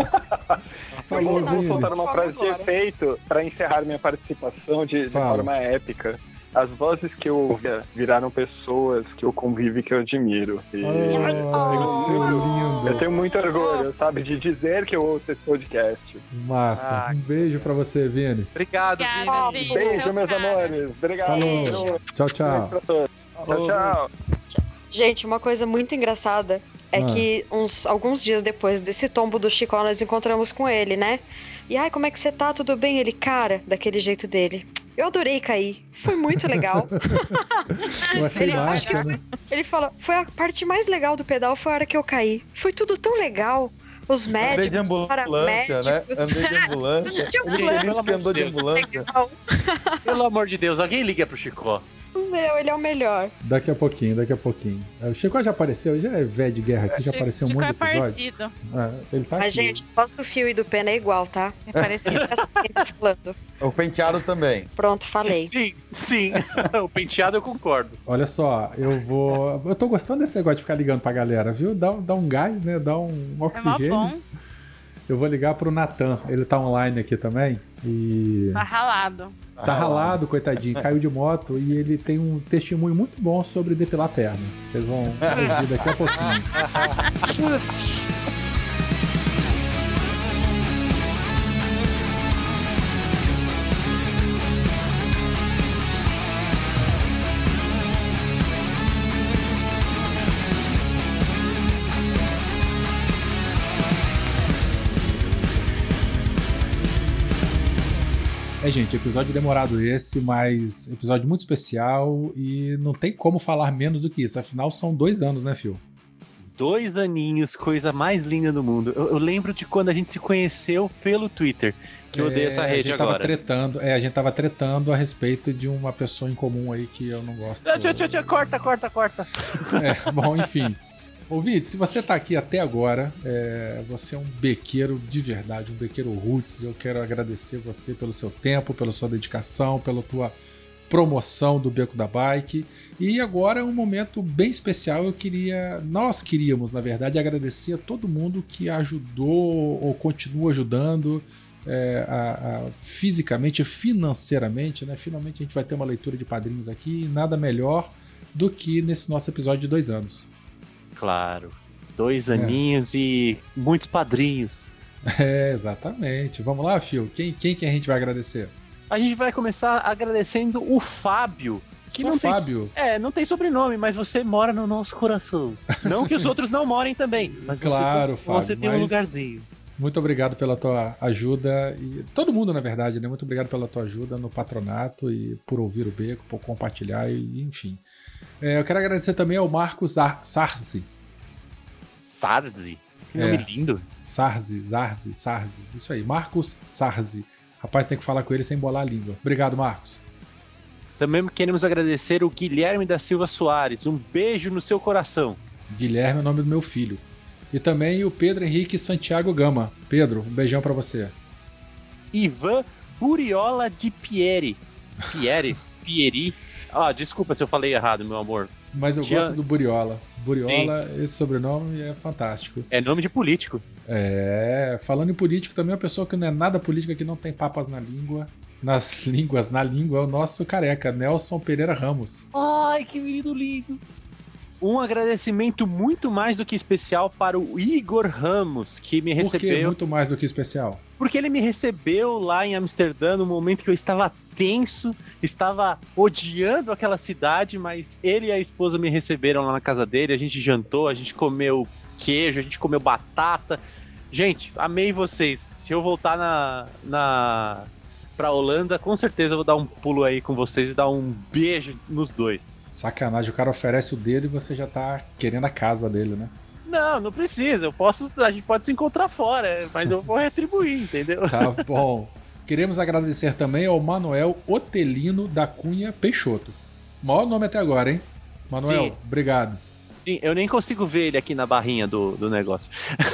Por Falou, sinal, Vou Vini. soltar uma frase de agora. efeito para encerrar minha participação de, de Fala. forma épica. As vozes que eu ouvia viraram pessoas que eu convivo e que eu admiro. E Oh, seu lindo. eu tenho muito orgulho, sabe, de dizer que eu ouço esse podcast. Massa. Ah, Um beijo pra você, Vini. Obrigado, Obrigada, Vini. Vini. Beijo, Então, meus cara. amores. Obrigado. Falou. Tchau, tchau. Pra todos. Tchau, tchau. Gente, uma coisa muito engraçada é Ah. que uns, alguns dias depois desse tombo do Chico, nós encontramos com ele, né? E ai, como é que você tá? Tudo bem? Ele, cara, daquele jeito dele. Eu adorei cair. Foi muito legal. Eu achei Ele- massa, né? Ele falou, foi a parte mais legal do pedal, foi a hora que eu caí. Foi tudo tão legal. Os Andei médicos, de os ambulância, né? paramédicos. Andei de ambulância. De Ele ambulância. feliz que andou de ambulância. Legal. Pelo amor de Deus, alguém liga pro Chicó. Meu, ele é o melhor. Daqui a pouquinho, daqui a pouquinho. O Chico já apareceu, já é velho de guerra aqui, já apareceu um Chico monte é de episódios. parecido. É, ele tá Mas, aqui. gente, a voz do Fio e do Pena é igual, tá? É parecido. Essa quem tá falando. O penteado também. Pronto, falei. Sim, sim. O penteado eu concordo. Olha só, eu vou. Eu tô gostando desse negócio de ficar ligando pra galera, viu? Dá, dá um gás, né? Dá um É mó oxigênio. bom. Eu vou ligar pro Natan. Ele tá online aqui também. E. Tá ralado. Tá ralado, coitadinho. Caiu de moto e ele tem um testemunho muito bom sobre depilar a perna. Vocês vão ouvir daqui a pouquinho. Putz. É, gente, episódio demorado esse, mas episódio muito especial e não tem como falar menos do que isso. Afinal, são dois anos, né, Phil? Dois aninhos, coisa mais linda do mundo. Eu, eu lembro de quando a gente se conheceu pelo Twitter, que eu odeio É, essa a rede gente agora. tava tretando, é, a gente tava tretando a respeito de uma pessoa em comum aí que eu não gosto. Tchau, tchau, tchau, corta, corta, corta. É, bom, enfim. Ouvinte, se você tá aqui até agora, é, você é um bequeiro de verdade, um bequeiro roots. Eu quero agradecer você pelo seu tempo, pela sua dedicação, pela tua promoção do Beco da Bike. E agora é um momento bem especial. Eu queria, nós queríamos, na verdade, agradecer a todo mundo que ajudou ou continua ajudando é, a, a, fisicamente, financeiramente, né? Finalmente a gente vai ter uma leitura de padrinhos aqui e nada melhor do que nesse nosso episódio de dois anos. Claro, dois aninhos é. E muitos padrinhos. É, exatamente. Vamos lá, Phil. Quem, quem que a gente vai agradecer? A gente vai começar agradecendo o Fábio. Que Só não Fábio? Tem, é, não tem sobrenome, mas você mora no nosso coração. Não que os outros não morem também, mas claro, você, Fábio, você tem um lugarzinho. Muito obrigado pela tua ajuda, e todo mundo, na verdade, né? Muito obrigado pela tua ajuda no patronato e por ouvir o Beco, por compartilhar, e enfim. É, eu quero agradecer também ao Marcos Ar- Sarzi. Sarzi? Que nome é, lindo. Sarzi, Zarzi, Sarzi. Isso aí, Marcos Sarzi. Rapaz, tem que falar com ele sem embolar a língua. Obrigado, Marcos. Também queremos agradecer o Guilherme da Silva Soares. Um beijo no seu coração. Guilherme é o nome do meu filho. E também o Pedro Henrique Santiago Gama. Pedro, um beijão pra você. Ivan Buriola de Pieri. Pieri? Pieri? Ah, desculpa se eu falei errado, meu amor. Mas eu Tinha... gosto do Buriola. Buriola, sim. Esse sobrenome é fantástico. É nome de político. É, falando em político, também uma pessoa que não é nada política, que não tem papas na língua, nas línguas, na língua, é o nosso careca, Nelson Pereira Ramos. Ai, que menino lindo. Um agradecimento muito mais do que especial para o Igor Ramos, que me recebeu... Por que muito mais do que especial? Porque ele me recebeu lá em Amsterdã no momento que eu estava tenso, estava odiando aquela cidade, mas ele e a esposa me receberam lá na casa dele, a gente jantou, a gente comeu queijo, a gente comeu batata. Gente, amei vocês. Se eu voltar na, na pra Holanda, com certeza eu vou dar um pulo aí com vocês e dar um beijo nos dois. Sacanagem, o cara oferece o dele e você já tá querendo a casa dele, né? Não, não precisa. Eu posso, a gente pode se encontrar fora, mas eu vou retribuir, entendeu? Tá bom. Queremos agradecer também ao Manuel Otelino da Cunha Peixoto. Maior nome até agora, hein? Manuel, sim. Obrigado. Sim, eu nem consigo ver ele aqui na barrinha do, do negócio.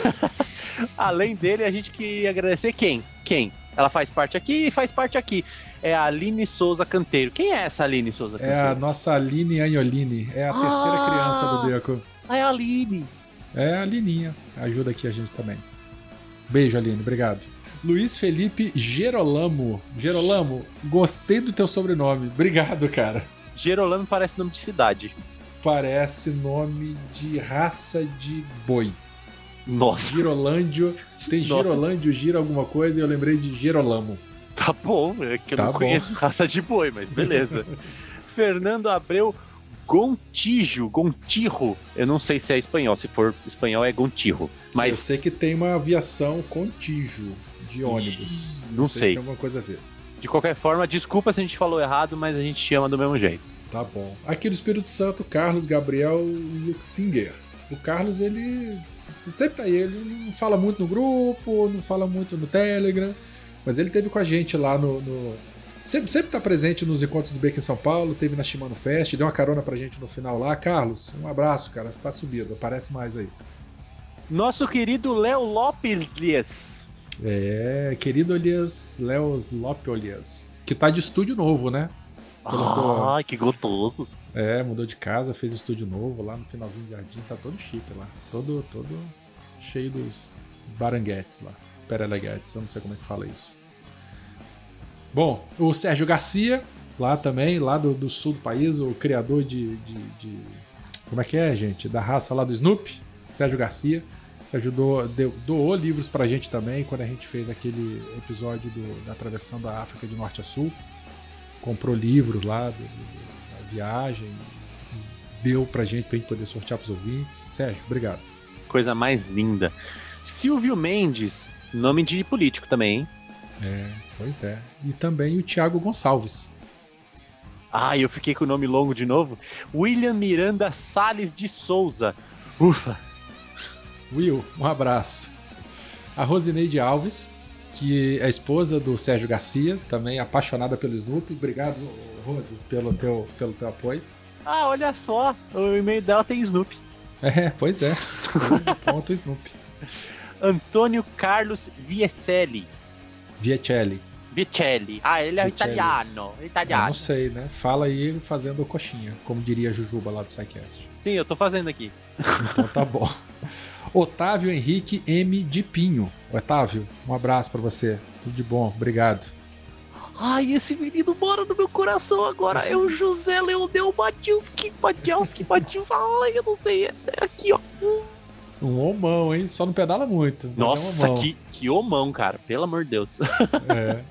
Além dele, a gente queria agradecer quem? Quem? Ela faz parte aqui e faz parte aqui. É a Aline Souza Canteiro. Quem é essa Aline Souza Canteiro? É a nossa Aline Anholini. É a ah, terceira criança do Beco. É a Aline. É a Alininha. Ajuda aqui a gente também. Beijo, Aline. Obrigado. Luiz Felipe Gerolamo. Gerolamo, gostei do teu sobrenome. Obrigado, cara. Gerolamo parece nome de cidade. Parece nome de raça de boi. Nossa. Girolândio. Tem Girolândio, gira alguma coisa e eu lembrei de Gerolamo. Tá bom, é que eu tá não bom. conheço raça de boi, mas beleza. Fernando Abreu Gontijo, Gontijo. Eu não sei se é espanhol, se for espanhol é Gontijo. Mas... Eu sei que tem uma aviação Contijo de ônibus. Não, não sei. sei. Se tem alguma coisa a ver. De qualquer forma, desculpa se a gente falou errado, mas a gente chama do mesmo jeito. Tá bom. Aqui do Espírito Santo, Carlos Gabriel Luxinger. O Carlos, ele sempre tá aí, ele não fala muito no grupo, não fala muito no Telegram, mas ele teve com a gente lá no... no... Sempre, sempre tá presente nos encontros do Beco em São Paulo, teve na Shimano Fest, deu uma carona pra gente no final lá. Carlos, um abraço, cara, você tá subindo, aparece mais aí. Nosso querido Léo Lopes Lias. É, querido Elias, Léo Lopes, que tá de estúdio novo, né? Colocou... Ai, que gostoso. É, mudou de casa, fez estúdio novo lá no finalzinho de jardim, tá todo chique lá. Todo, todo cheio dos baranguetes lá. Pereleguetes, eu não sei como é que fala isso. Bom, o Sérgio Garcia, lá também, lá do, do sul do país, o criador de, de, de... Como é que é, gente? Da raça lá do Snoopy, Sérgio Garcia, que ajudou, deu, doou livros pra gente também, quando a gente fez aquele episódio do, da Atravessão da África de Norte a Sul. Comprou livros lá do, do, da viagem, deu pra gente, pra gente poder sortear pros ouvintes. Sérgio, obrigado. Coisa mais linda. Silvio Mendes, nome de político também, hein? É, pois é. E também o Thiago Gonçalves. Ah, eu fiquei com o nome longo de novo. William Miranda Salles de Souza. Ufa. Will, um abraço. A Rosineide Alves, que é a esposa do Sérgio Garcia, também apaixonada pelo Snoopy. Obrigado, Rose, pelo teu, pelo teu apoio. Ah, olha só, o e-mail dela tem Snoopy. É, pois é. Rose. Snoopy. Antônio Carlos Viecelli. Viecelli. Viecelli. Ah, ele é Viecelli. italiano. italiano. Eu não sei, né? Fala aí fazendo coxinha, como diria a Jujuba lá do SciCast. Sim, eu tô fazendo aqui. Então tá bom. Otávio Henrique M. de Pinho. Otávio, um abraço pra você. Tudo de bom, obrigado. Ai, esse menino mora no meu coração agora. É o José Leonel Matiuski. Matiuski, Matiuski. Ai, eu não sei. É aqui, ó. Um homão, hein? Só não pedala muito. Nossa, é um que, que homão, cara. Pelo amor de Deus. É.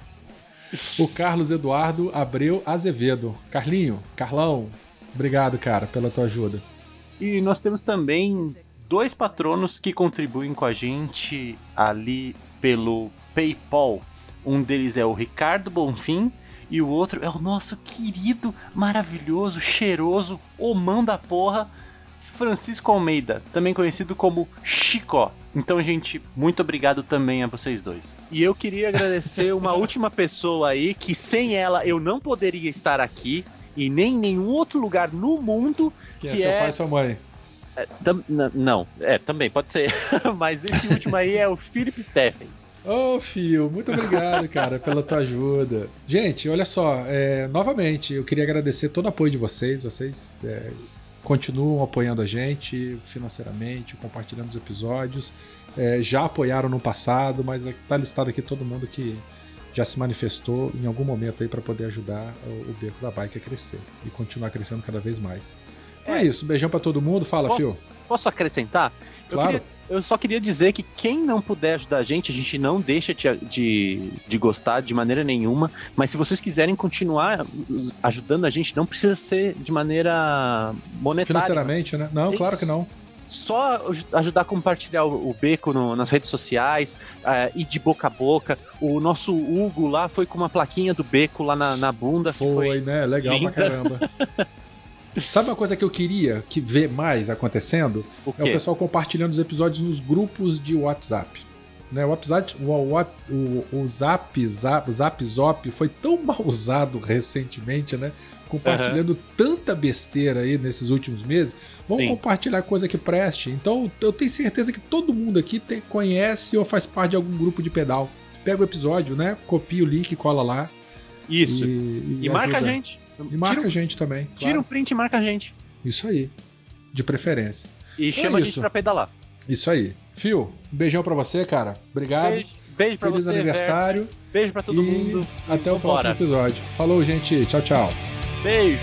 O Carlos Eduardo Abreu Azevedo. Carlinho, Carlão, obrigado, cara, pela tua ajuda. E nós temos também dois patronos que contribuem com a gente ali pelo PayPal. Um deles é o Ricardo Bonfim e o outro é o nosso querido, maravilhoso, cheiroso, homão da porra, Francisco Almeida, também conhecido como Chicó. Então, gente, muito obrigado também a vocês dois. E eu queria agradecer uma última pessoa aí, que sem ela eu não poderia estar aqui, e nem em nenhum outro lugar no mundo. Que, que é seu é... pai e sua mãe. É, tam... Não, é, também pode ser. Mas esse último aí é o Philip Steffen. Ô, oh, Fio, muito obrigado, cara, pela tua ajuda. Gente, olha só, é, novamente, eu queria agradecer todo o apoio de vocês. Vocês é, continuam apoiando a gente financeiramente, compartilhando os episódios. É, já apoiaram no passado, mas tá listado aqui todo mundo que já se manifestou em algum momento aí para poder ajudar o, o Beco da Bike a crescer e continuar crescendo cada vez mais. Então é, é isso, beijão para todo mundo. Fala, posso, Fio. Posso acrescentar? Claro. Eu, queria, eu só queria dizer que quem não puder ajudar a gente, a gente não deixa de, de, de gostar de maneira nenhuma, mas se vocês quiserem continuar ajudando a gente, não precisa ser de maneira monetária. Financeiramente, né? Não, claro que não. Só ajudar a compartilhar o, o Beco no, nas redes sociais, uh, e de boca a boca. O nosso Hugo lá foi com uma plaquinha do Beco lá na, na bunda. Foi, foi né? Legal linda. Pra caramba. Sabe uma coisa que eu queria que ver mais acontecendo? O é o pessoal compartilhando os episódios nos grupos de WhatsApp. Né? O WhatsApp, o, o, o Zap, Zap, Zap Zop foi tão mal usado recentemente, né? Compartilhando uhum. tanta besteira aí nesses últimos meses. Vamos Sim. compartilhar coisa que preste. Então eu tenho certeza que todo mundo aqui tem, conhece ou faz parte de algum grupo de pedal. Pega o episódio, né? Copia o link, cola lá. Isso. E, e, e marca a gente. E marca tira, a gente também. Claro. Tira um print e marca a gente. Isso aí. De preferência. E então chama é a gente pra pedalar. Isso aí. Fio, um beijão pra você, cara. Obrigado. Beijo, beijo pra Feliz você, aniversário. Verto. Beijo pra todo e mundo. Até o próximo episódio. Falou, gente. Tchau, tchau. Beijo.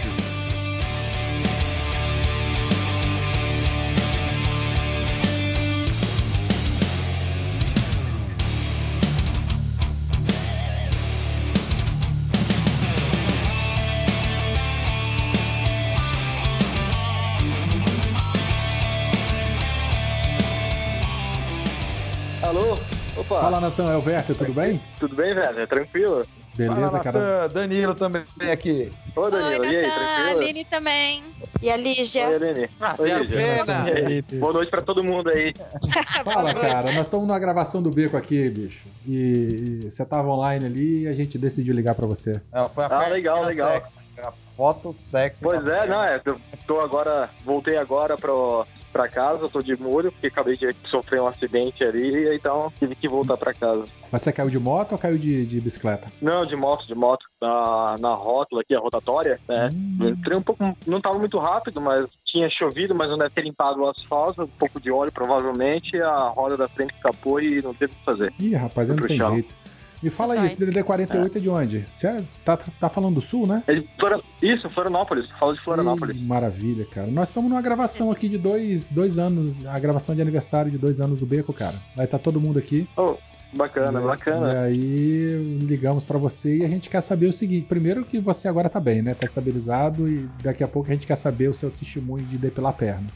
Alô? Opa. Fala, Natan, é o Werther, tudo bem? Tudo bem, velho? É tranquilo? Beleza, Fala, cara. Natan, Danilo também aqui. Ô, Danilo, Oi, e aí, Natan, tranquilo? Aline também. E a Lígia? Oi, Aline. Ah, Oi, é Lígia. pena. E aí? Boa noite pra todo mundo aí. Fala, cara. Nós estamos na gravação do Beco aqui, bicho. E, e você tava online ali e a gente decidiu ligar pra você. Não, foi a Ah, legal, legal. Sexy, a foto sexy. Pois é, não, é. Eu tô agora, voltei agora pro... pra casa, eu tô de molho, porque acabei de sofrer um acidente ali, então tive que voltar pra casa. Mas você caiu de moto ou caiu de, de bicicleta? Não, de moto, de moto. Na, na rótula aqui, a rotatória, né? Hum. Eu entrei um pouco, não tava muito rápido, mas tinha chovido, mas não deve ter limpado o asfalto, um pouco de óleo provavelmente, a roda da frente escapou e não teve o que fazer. Ih, rapaz, não tem chão. jeito. Me fala aí, esse D D D quarenta e oito é. é de onde? Você tá, tá falando do Sul, né? É de Flora... Isso, Florianópolis. Fala de Florianópolis. Ih, maravilha, cara. Nós estamos numa gravação aqui de dois, dois anos, a gravação de aniversário de dois anos do Beco, cara. Vai tá todo mundo aqui. Oh, bacana, e, bacana. E aí ligamos pra você e a gente quer saber o seguinte. Primeiro que você agora tá bem, né? Tá estabilizado e daqui a pouco a gente quer saber o seu testemunho de depilar a perna.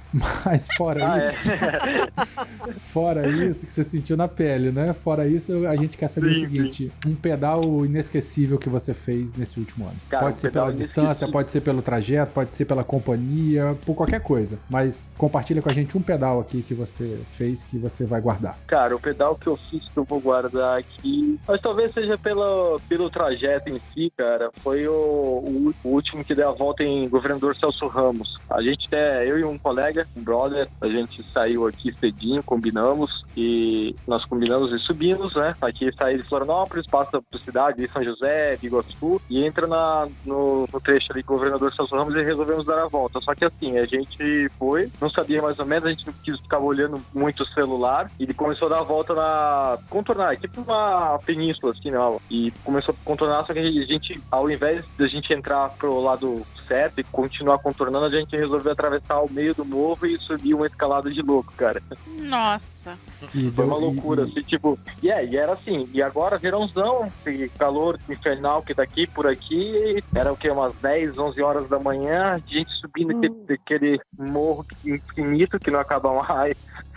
Mas fora Ah, isso, é. fora isso que você sentiu na pele, né? Fora isso, a gente quer saber sim, o seguinte: sim. um pedal inesquecível que você fez nesse último ano. Cara, pode um ser pela distância, pode ser pelo trajeto, pode ser pela companhia, por qualquer coisa. Mas compartilha com a gente um pedal aqui que você fez que você vai guardar. Cara, o pedal que eu fiz que eu vou guardar aqui, mas talvez seja pelo, pelo trajeto em si, cara. Foi o, o, o último que deu a volta em Governador Celso Ramos. A gente, é, eu e um colega, um brother, a gente saiu aqui cedinho, combinamos e nós combinamos e subimos, né? Aqui saí de Florianópolis, passa por cidade de São José, Biguaçu e entra na, no, no trecho ali Governador Celso Ramos e resolvemos dar a volta. Só que assim, a gente foi, não sabia mais ou menos, a gente não quis ficar olhando muito o celular e ele começou a dar a volta na... contornar, é tipo uma península assim, não, e começou a contornar, só que a gente, ao invés de a gente entrar pro lado certo e continuar contornando, a gente resolveu atravessar o meio do morro e subir uma escalada de louco, cara. Nossa. E Foi deu, uma loucura, e, assim, tipo... E yeah, é, e era assim, e agora verãozão, calor infernal que tá aqui, por aqui, era o que, umas dez, onze horas da manhã, a gente subindo hum. aquele, aquele morro infinito que não acaba mais.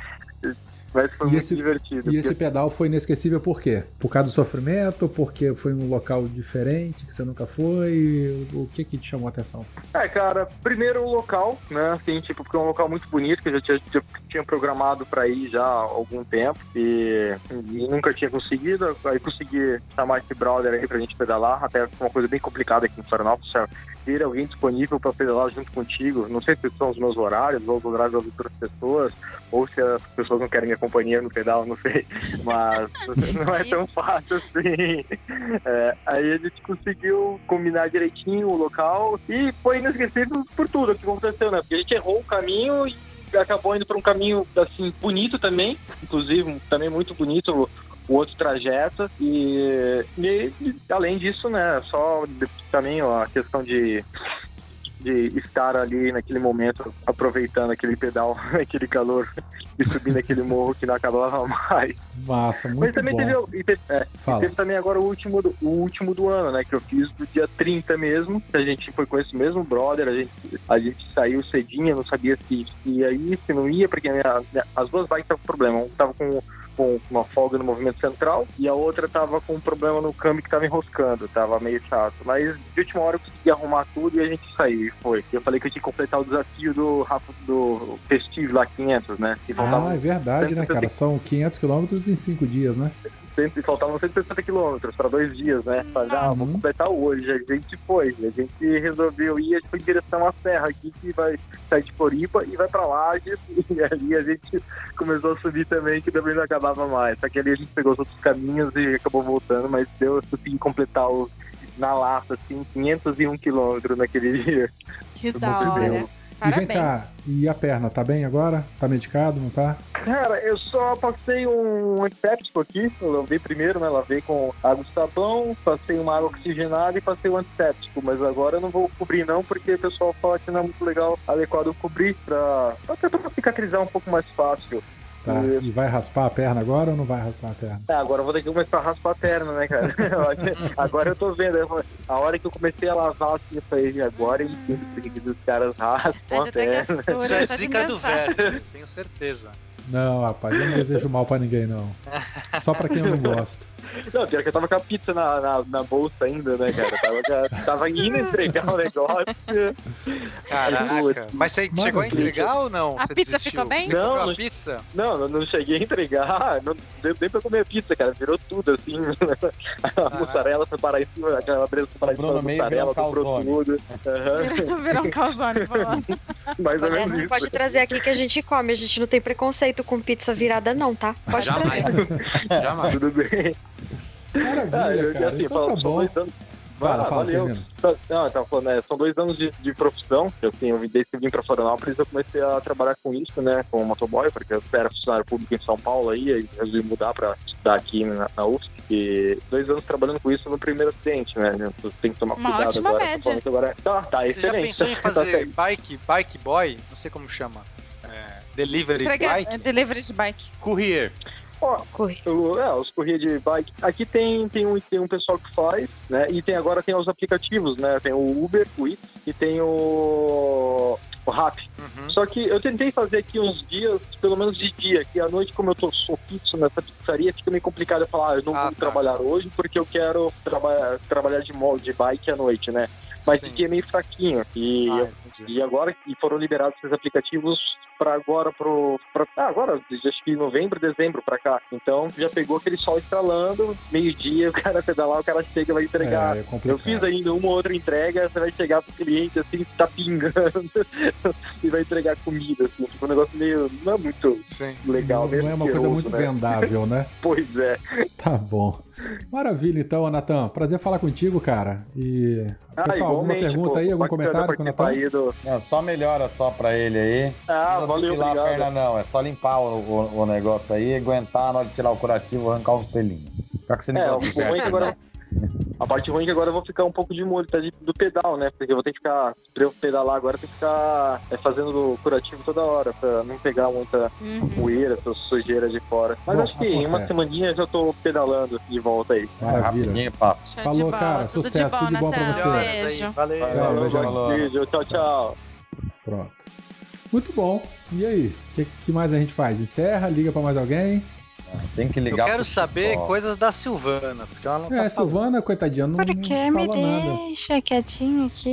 Mas foi e muito esse, divertido. E porque... esse pedal foi inesquecível por quê? Por causa do sofrimento? Porque foi um local diferente que você nunca foi? O que que te chamou a atenção? É, cara, primeiro o local, né? Assim, tipo, porque é um local muito bonito que eu já tinha, já tinha programado pra ir já há algum tempo e, e nunca tinha conseguido. Aí consegui chamar esse brother aí pra gente pedalar. Até uma coisa bem complicada aqui em Florianópolis, ter alguém disponível para pedalar junto contigo. Não sei se são os meus horários ou os horários das outras pessoas, ou se as pessoas não querem minha companhia no pedal, não sei. Mas não é tão fácil assim. É, aí a gente conseguiu combinar direitinho o local e foi inesquecível por tudo o que aconteceu, né? Porque a gente errou o caminho e acabou indo para um caminho assim bonito também, inclusive também muito bonito o outro trajeto e, e, e além disso, né, só também ó, a questão de, de estar ali naquele momento aproveitando aquele pedal, aquele calor e subindo aquele morro que não acabava mais. Massa, muito Mas também bom. Teve, e teve, é, e teve também agora o último, do, o último do ano, né, que eu fiz do dia trinta mesmo, que a gente foi com esse mesmo brother, a gente, a gente saiu cedinho, não sabia se ia ir, se não ia, porque a minha, as duas bikes estavam com problema, um tava com com uma folga no movimento central e a outra tava com um problema no câmbio que tava enroscando, tava meio chato. Mas de última hora eu consegui arrumar tudo e a gente saiu e foi. Eu falei que eu tinha que completar o desafio do do Festive lá, quinhentos, né? E ah, é verdade, né, cara? São quinhentos quilômetros em cinco dias, né? E faltavam cento e sessenta quilômetros para dois dias, né? Falei, ah, vou completar hoje. A gente foi, a gente resolveu ir, a gente foi em direção à serra aqui, que vai sair de Floripa e vai para Lages. E ali a gente começou a subir também, que também não acabava mais. Só que ali a gente pegou os outros caminhos e acabou voltando, mas deu eu consegui completar o, na lata, assim, quinhentos e um quilômetros naquele dia. Que da hora. E vem cá, e a perna, tá bem agora? Tá medicado, não tá? Cara, eu só passei um antisséptico aqui, eu lavei primeiro, né, lavei com água e sabão, passei uma água oxigenada e passei o antisséptico, mas agora eu não vou cobrir não, porque o pessoal fala que não é muito legal, adequado cobrir, pra, até pra cicatrizar um pouco mais fácil. Tá, e... e vai raspar a perna agora ou não vai raspar a perna? É, agora eu vou ter que começar a raspar a perna, né, cara? Agora eu tô vendo, a hora que eu comecei a lavar, assim, eu falei, agora eu entendo porque os caras raspam a perna. Isso é zica do velho, tenho certeza. Não, rapaz, eu não desejo mal pra ninguém, não. Só pra quem eu não gosto. Não, pior que eu tava com a pizza na, na, na bolsa ainda, né, cara? Eu tava, tava indo entregar o negócio. Caraca, mas você Mano, chegou a entregar ou não? A você pizza desistiu? ficou bem? Você não, comprou não, a pizza? Não, não, não cheguei a entregar, não deu nem pra comer a pizza, cara. Virou tudo, assim. A ah. mussarela foi parar em cima, a calabresa foi parar em cima da mussarela, comprou tudo. Uhum. Virou um calzone, mais ou menos isso. Pode trazer aqui que a gente come, a gente não tem preconceito com pizza virada não, tá? Pode Jamais. trazer. Jamais. Tudo bem. Maravilha, ah, eu, cara. assim, Então fala, tá bom. Dois anos... Fala, ah, fala, valeu. Não, eu tava falando, né, são dois anos de, de profissão. Eu, assim, eu, desde que eu vim pra Florianópolis, eu comecei a trabalhar com isso, né, com motoboy, porque eu era funcionário público em São Paulo aí, aí resolvi mudar pra estudar aqui na, na U F S C. E dois anos trabalhando com isso no primeiro acidente, né? Você tem que tomar Uma cuidado ótima agora. média. agora. Tá, tá, Você excelente. já pensou em fazer bike, bike boy? Não sei como chama. É, delivery Entrega, bike? Delivery de bike. Courier. Ó, oh, é, os corrias de bike. Aqui tem, tem, um, tem um pessoal que faz, né? E tem, agora tem os aplicativos, né? Tem o Uber, o Eats, e tem o, o tipo rap. Uhum. Só que eu tentei fazer aqui uns dias, pelo menos de dia, que à noite, como eu tô sou fixo nessa pizzaria, fica meio complicado eu falar, ah, eu não ah, vou tá. trabalhar hoje porque eu quero traba trabalhar de modo de bike à noite, né? Mas sim, de dia é meio fraquinho. E, ah, eu, e agora que foram liberados esses aplicativos para agora, pro, pra, ah, agora, acho que novembro, dezembro pra cá. Então já pegou aquele sol estralando, meio-dia, o cara pedalar, o cara chega e vai entregar. É, é eu fiz ainda uma ou outra entrega, você vai chegar pro cliente assim, tá pingando e vai entregar comida, assim, tipo um negócio meio, não é muito sim, legal sim, mesmo. Não é uma coisa muito né? vendável, né? Pois é. Tá bom. Maravilha, então, Natan. Prazer falar contigo, cara. E, ah, pessoal, alguma pergunta pô, aí, algum comentário com o Natan? Do... Não, só melhora só pra ele aí. Ah, não valeu, obrigado. A perna, não, é só limpar o, o, o negócio aí, aguentar na hora de tirar o curativo, arrancar os pelinhos. Fica que você não é, gosta de perna, ruim agora... A parte ruim é que agora eu vou ficar um pouco de molho tá, de, do pedal, né? Porque eu vou ter que ficar, pra eu pedalar agora, eu tenho que ficar é, fazendo o curativo toda hora, pra não pegar muita uhum. poeira, essa sujeira de fora. Mas bom, acho que acontece. Em uma semaninha eu já tô pedalando de volta aí. Maravilha. Rapidinho passa. Show Falou, cara. Tudo Sucesso, tudo de bom, tudo de bom pra você. Beijo. Valeu. Valeu, Valeu. Beijo. Tchau, tchau. Pronto. Muito bom. E aí? O que, que mais a gente faz? Encerra? Liga pra mais alguém? Tem que ligar. Eu quero saber Chico. Coisas da Silvana, porque ela não É, tá Silvana, falando. Coitadinha, não, Por que não me fala nada. deixa quietinho aqui?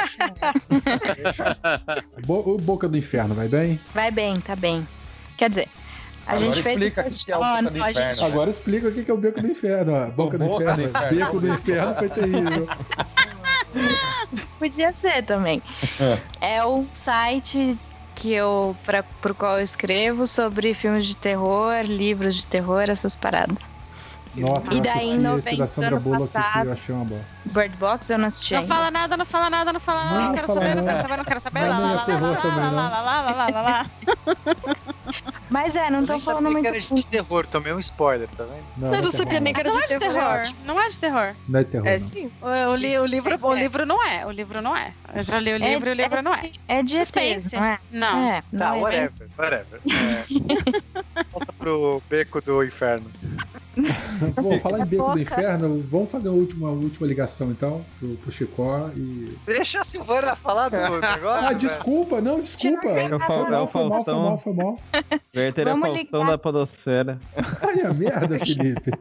Bo Boca do Inferno, vai bem? Vai bem, tá bem. Quer dizer, a Agora gente fez o que é o Boca do Inferno. Gente... Agora explica o que é o Beco do Inferno. Ó. Boca do Inferno. do Inferno. Beco do Inferno foi terrível. Podia ser também. É o site que eu, pra, pro qual eu escrevo sobre filmes de terror, livros de terror, essas paradas. Nossa, e daí, não assisti esse da Sandra Bullock que eu achei uma bosta. Bird Box eu não assisti. Não fala nada, não fala nada, não fala nada, não quero saber, não quero saber, não quero saber. Lá, lá, lá, lá, lá, lá, lá, lá. Mas é, não tô falando muito. Era de terror, tomei um spoiler, tá vendo? Não, eu não sabia nem que era de terror. Não é de terror. Não é de terror. É sim. O, li, o, livro, o livro não é. O livro não é. Eu já li o livro e o livro não é. É de suspense, não é? Não. É, tá, whatever, whatever. Volta pro Beco do Inferno. Bom, falar em Beco do Inferno, vamos fazer uma última, uma última ligação então pro, pro Chicó e. Deixa a Silvana falar do negócio. Ah, desculpa, não, desculpa. Foi mal, foi mal, foi mal, foi mal. Werther é Faustão da podosfera. Ai, a merda, Felipe.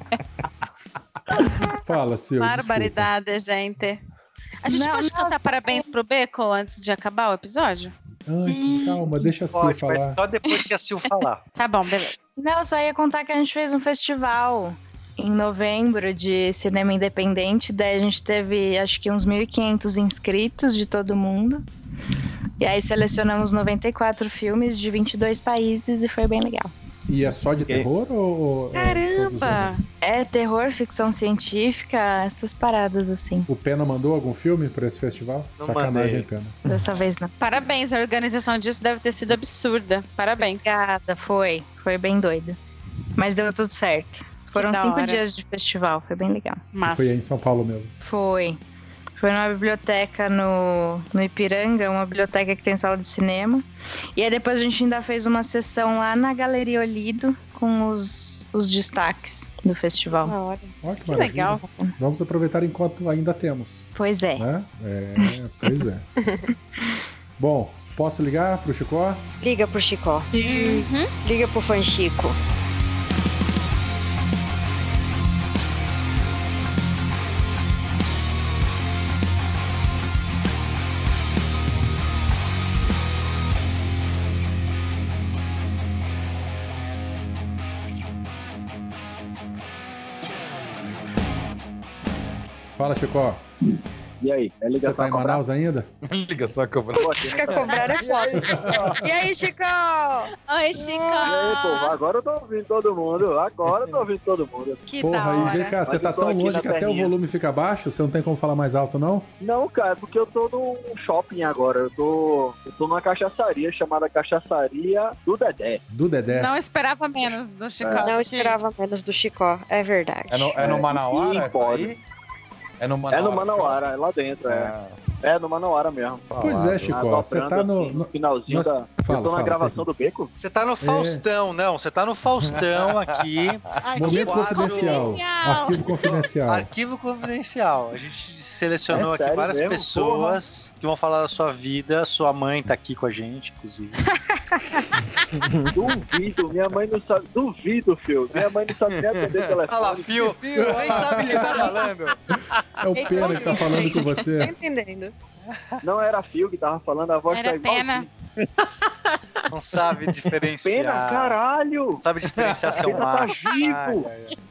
Fala, Silvio. Barbaridade, desculpa. Gente. A gente não, pode não, cantar não. Parabéns pro Beco antes de acabar o episódio? Ai, calma, deixa a Sil pode, falar. Mas só depois que a Sil falar. Tá bom, beleza. Não, só ia contar que a gente fez um festival em novembro de cinema independente. Daí a gente teve, acho que uns mil e quinhentos inscritos de todo mundo. E aí selecionamos noventa e quatro filmes de vinte e dois países e foi bem legal. E é só de terror ou... Caramba! É, é terror, ficção científica, essas paradas assim. O Pena mandou algum filme pra esse festival? Não Sacanagem, mandei. Pena. Dessa vez não. Parabéns, a organização disso deve ter sido absurda. Parabéns. Obrigada, foi. Foi bem doida. Mas deu tudo certo. Foram cinco dias de festival, foi bem legal. Massa. Foi aí em São Paulo mesmo? Foi. Foi numa biblioteca no, no Ipiranga, uma biblioteca que tem sala de cinema. E aí depois a gente ainda fez uma sessão lá na Galeria Olido com os, os destaques do festival. Olha, oh, que, que legal. Vamos aproveitar enquanto ainda temos. Pois é. Né? É, pois é. Bom, posso ligar pro Chicó? Liga pro Chicó. Uhum. Liga pro Fanchico. Fala, Chicó. E aí? É ligação Você tá em Manaus ainda? Ligação a cobrar. Fica cobrar é foda. E aí, Chico? Oi, Chico. E aí, pô, agora eu tô ouvindo todo mundo. Agora eu tô ouvindo todo mundo. Que Porra, da hora. E vem cá, você Mas tá eu tô tão aqui longe na que até telinha. o volume fica baixo? Você não tem como falar mais alto, não? Não, cara, é porque eu tô num shopping agora. Eu tô, eu tô numa cachaçaria chamada Cachaçaria do Dedé. Do Dedé? Não esperava menos do Chico. É. Não esperava menos do Chicó, é verdade. É no, é no Manauara essa aí? É no Manauara. É no Manauara, é lá dentro, é. É, no Manauara mesmo. Pois é, Chico, você tá no, assim, no finalzinho nós... da... Fala, eu tô na fala, gravação do Beco? Você tá no Faustão, é. não, você tá no Faustão aqui. Momento confidencial. Arquivo confidencial. Arquivo confidencial. A gente selecionou É aqui sério várias mesmo? pessoas Porra. que vão falar da sua vida. Sua mãe tá aqui com a gente, inclusive. Duvido, minha mãe não sabe. Duvido, Fio. Minha mãe não sabe nem atender o telefone. Olha lá, Fio, Fio, nem sabe o que tá falando. É o Pena que tá falando com você. Tá entendendo? Não era Fio que tava falando, a voz Era tá igual. Pena. Não sabe diferenciar. Pena, caralho! Não sabe diferenciar seu Pena tá macho. vivo.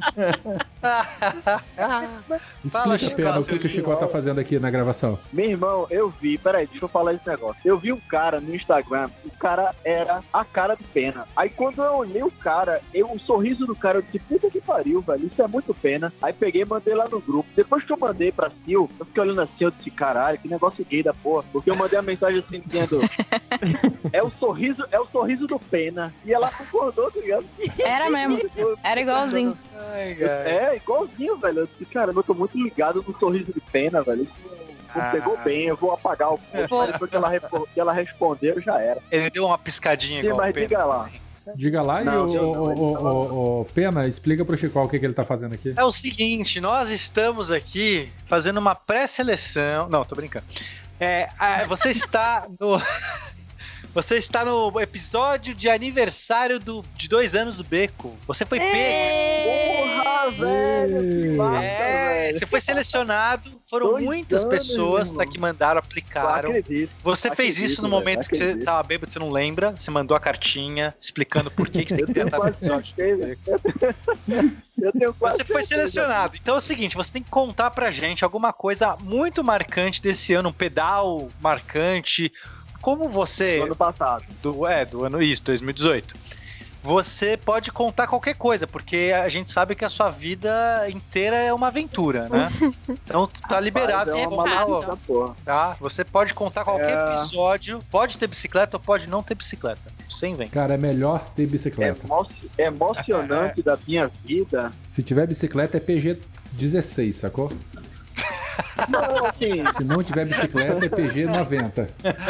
Explica, Chico, Pena, o seu que, que o Chico tá fazendo aqui na gravação. Meu irmão, eu vi, peraí, deixa eu falar esse negócio. Eu vi um cara no Instagram, o cara era a cara do Pena. Aí quando eu olhei o cara, eu, o sorriso do cara, eu disse, puta que pariu, velho, isso é muito Pena. Aí peguei e mandei lá no grupo. Depois que eu mandei pra Sil, eu fiquei olhando assim, eu disse, caralho, que negócio gay da porra. Porque eu mandei a mensagem assim, dizendo, é o sorriso, é o sorriso do Pena. E ela concordou, tá ligado? Era mesmo, era igualzinho. Ai, É, igualzinho, velho. Eu disse, cara, eu tô muito ligado no sorriso de Pena, velho. Isso não Ah. pegou bem, eu vou apagar o post, mas depois que ela, repo- que ela respondeu, já era. Ele deu uma piscadinha Sim, igual mas o Pena. diga lá. Diga lá Não, e o, não, não, o, ele o, tava- o- o Pena, explica pro Chico o que, que ele tá fazendo aqui. É o seguinte, nós estamos aqui fazendo uma pré-seleção. Não, tô brincando. É, a- você está no. Você está no episódio de aniversário do, de dois anos do Beco. Você foi pego. Porra, velho, que massa, É, velho. você foi selecionado. Foram Dois muitas anos, pessoas irmão. tá, que mandaram, Eu aplicaram. acredito. Você fez Acredito, isso no velho, momento que você acredito. tava bêbado, você não lembra. Você mandou a cartinha explicando por que, que você Eu queria tenho estar no quase episódio. certeza. Eu tenho quase Você foi certeza. selecionado. Então é o seguinte, você tem que contar pra gente alguma coisa muito marcante desse ano, um pedal marcante. Como você... Do ano passado. Do, é, do ano isso, dois mil e dezoito. Você pode contar qualquer coisa, porque a gente sabe que a sua vida inteira é uma aventura, né? Então tá liberado. Rapaz, é você uma contar, maluca, porra. tá? Você pode contar qualquer É. episódio. Pode ter bicicleta ou pode não ter bicicleta. Sem vem. Cara, é melhor ter bicicleta. Emo- emocionante da minha vida. Se tiver bicicleta é P G dezesseis, sacou? Não, assim, Se não tiver bicicleta é P G noventa.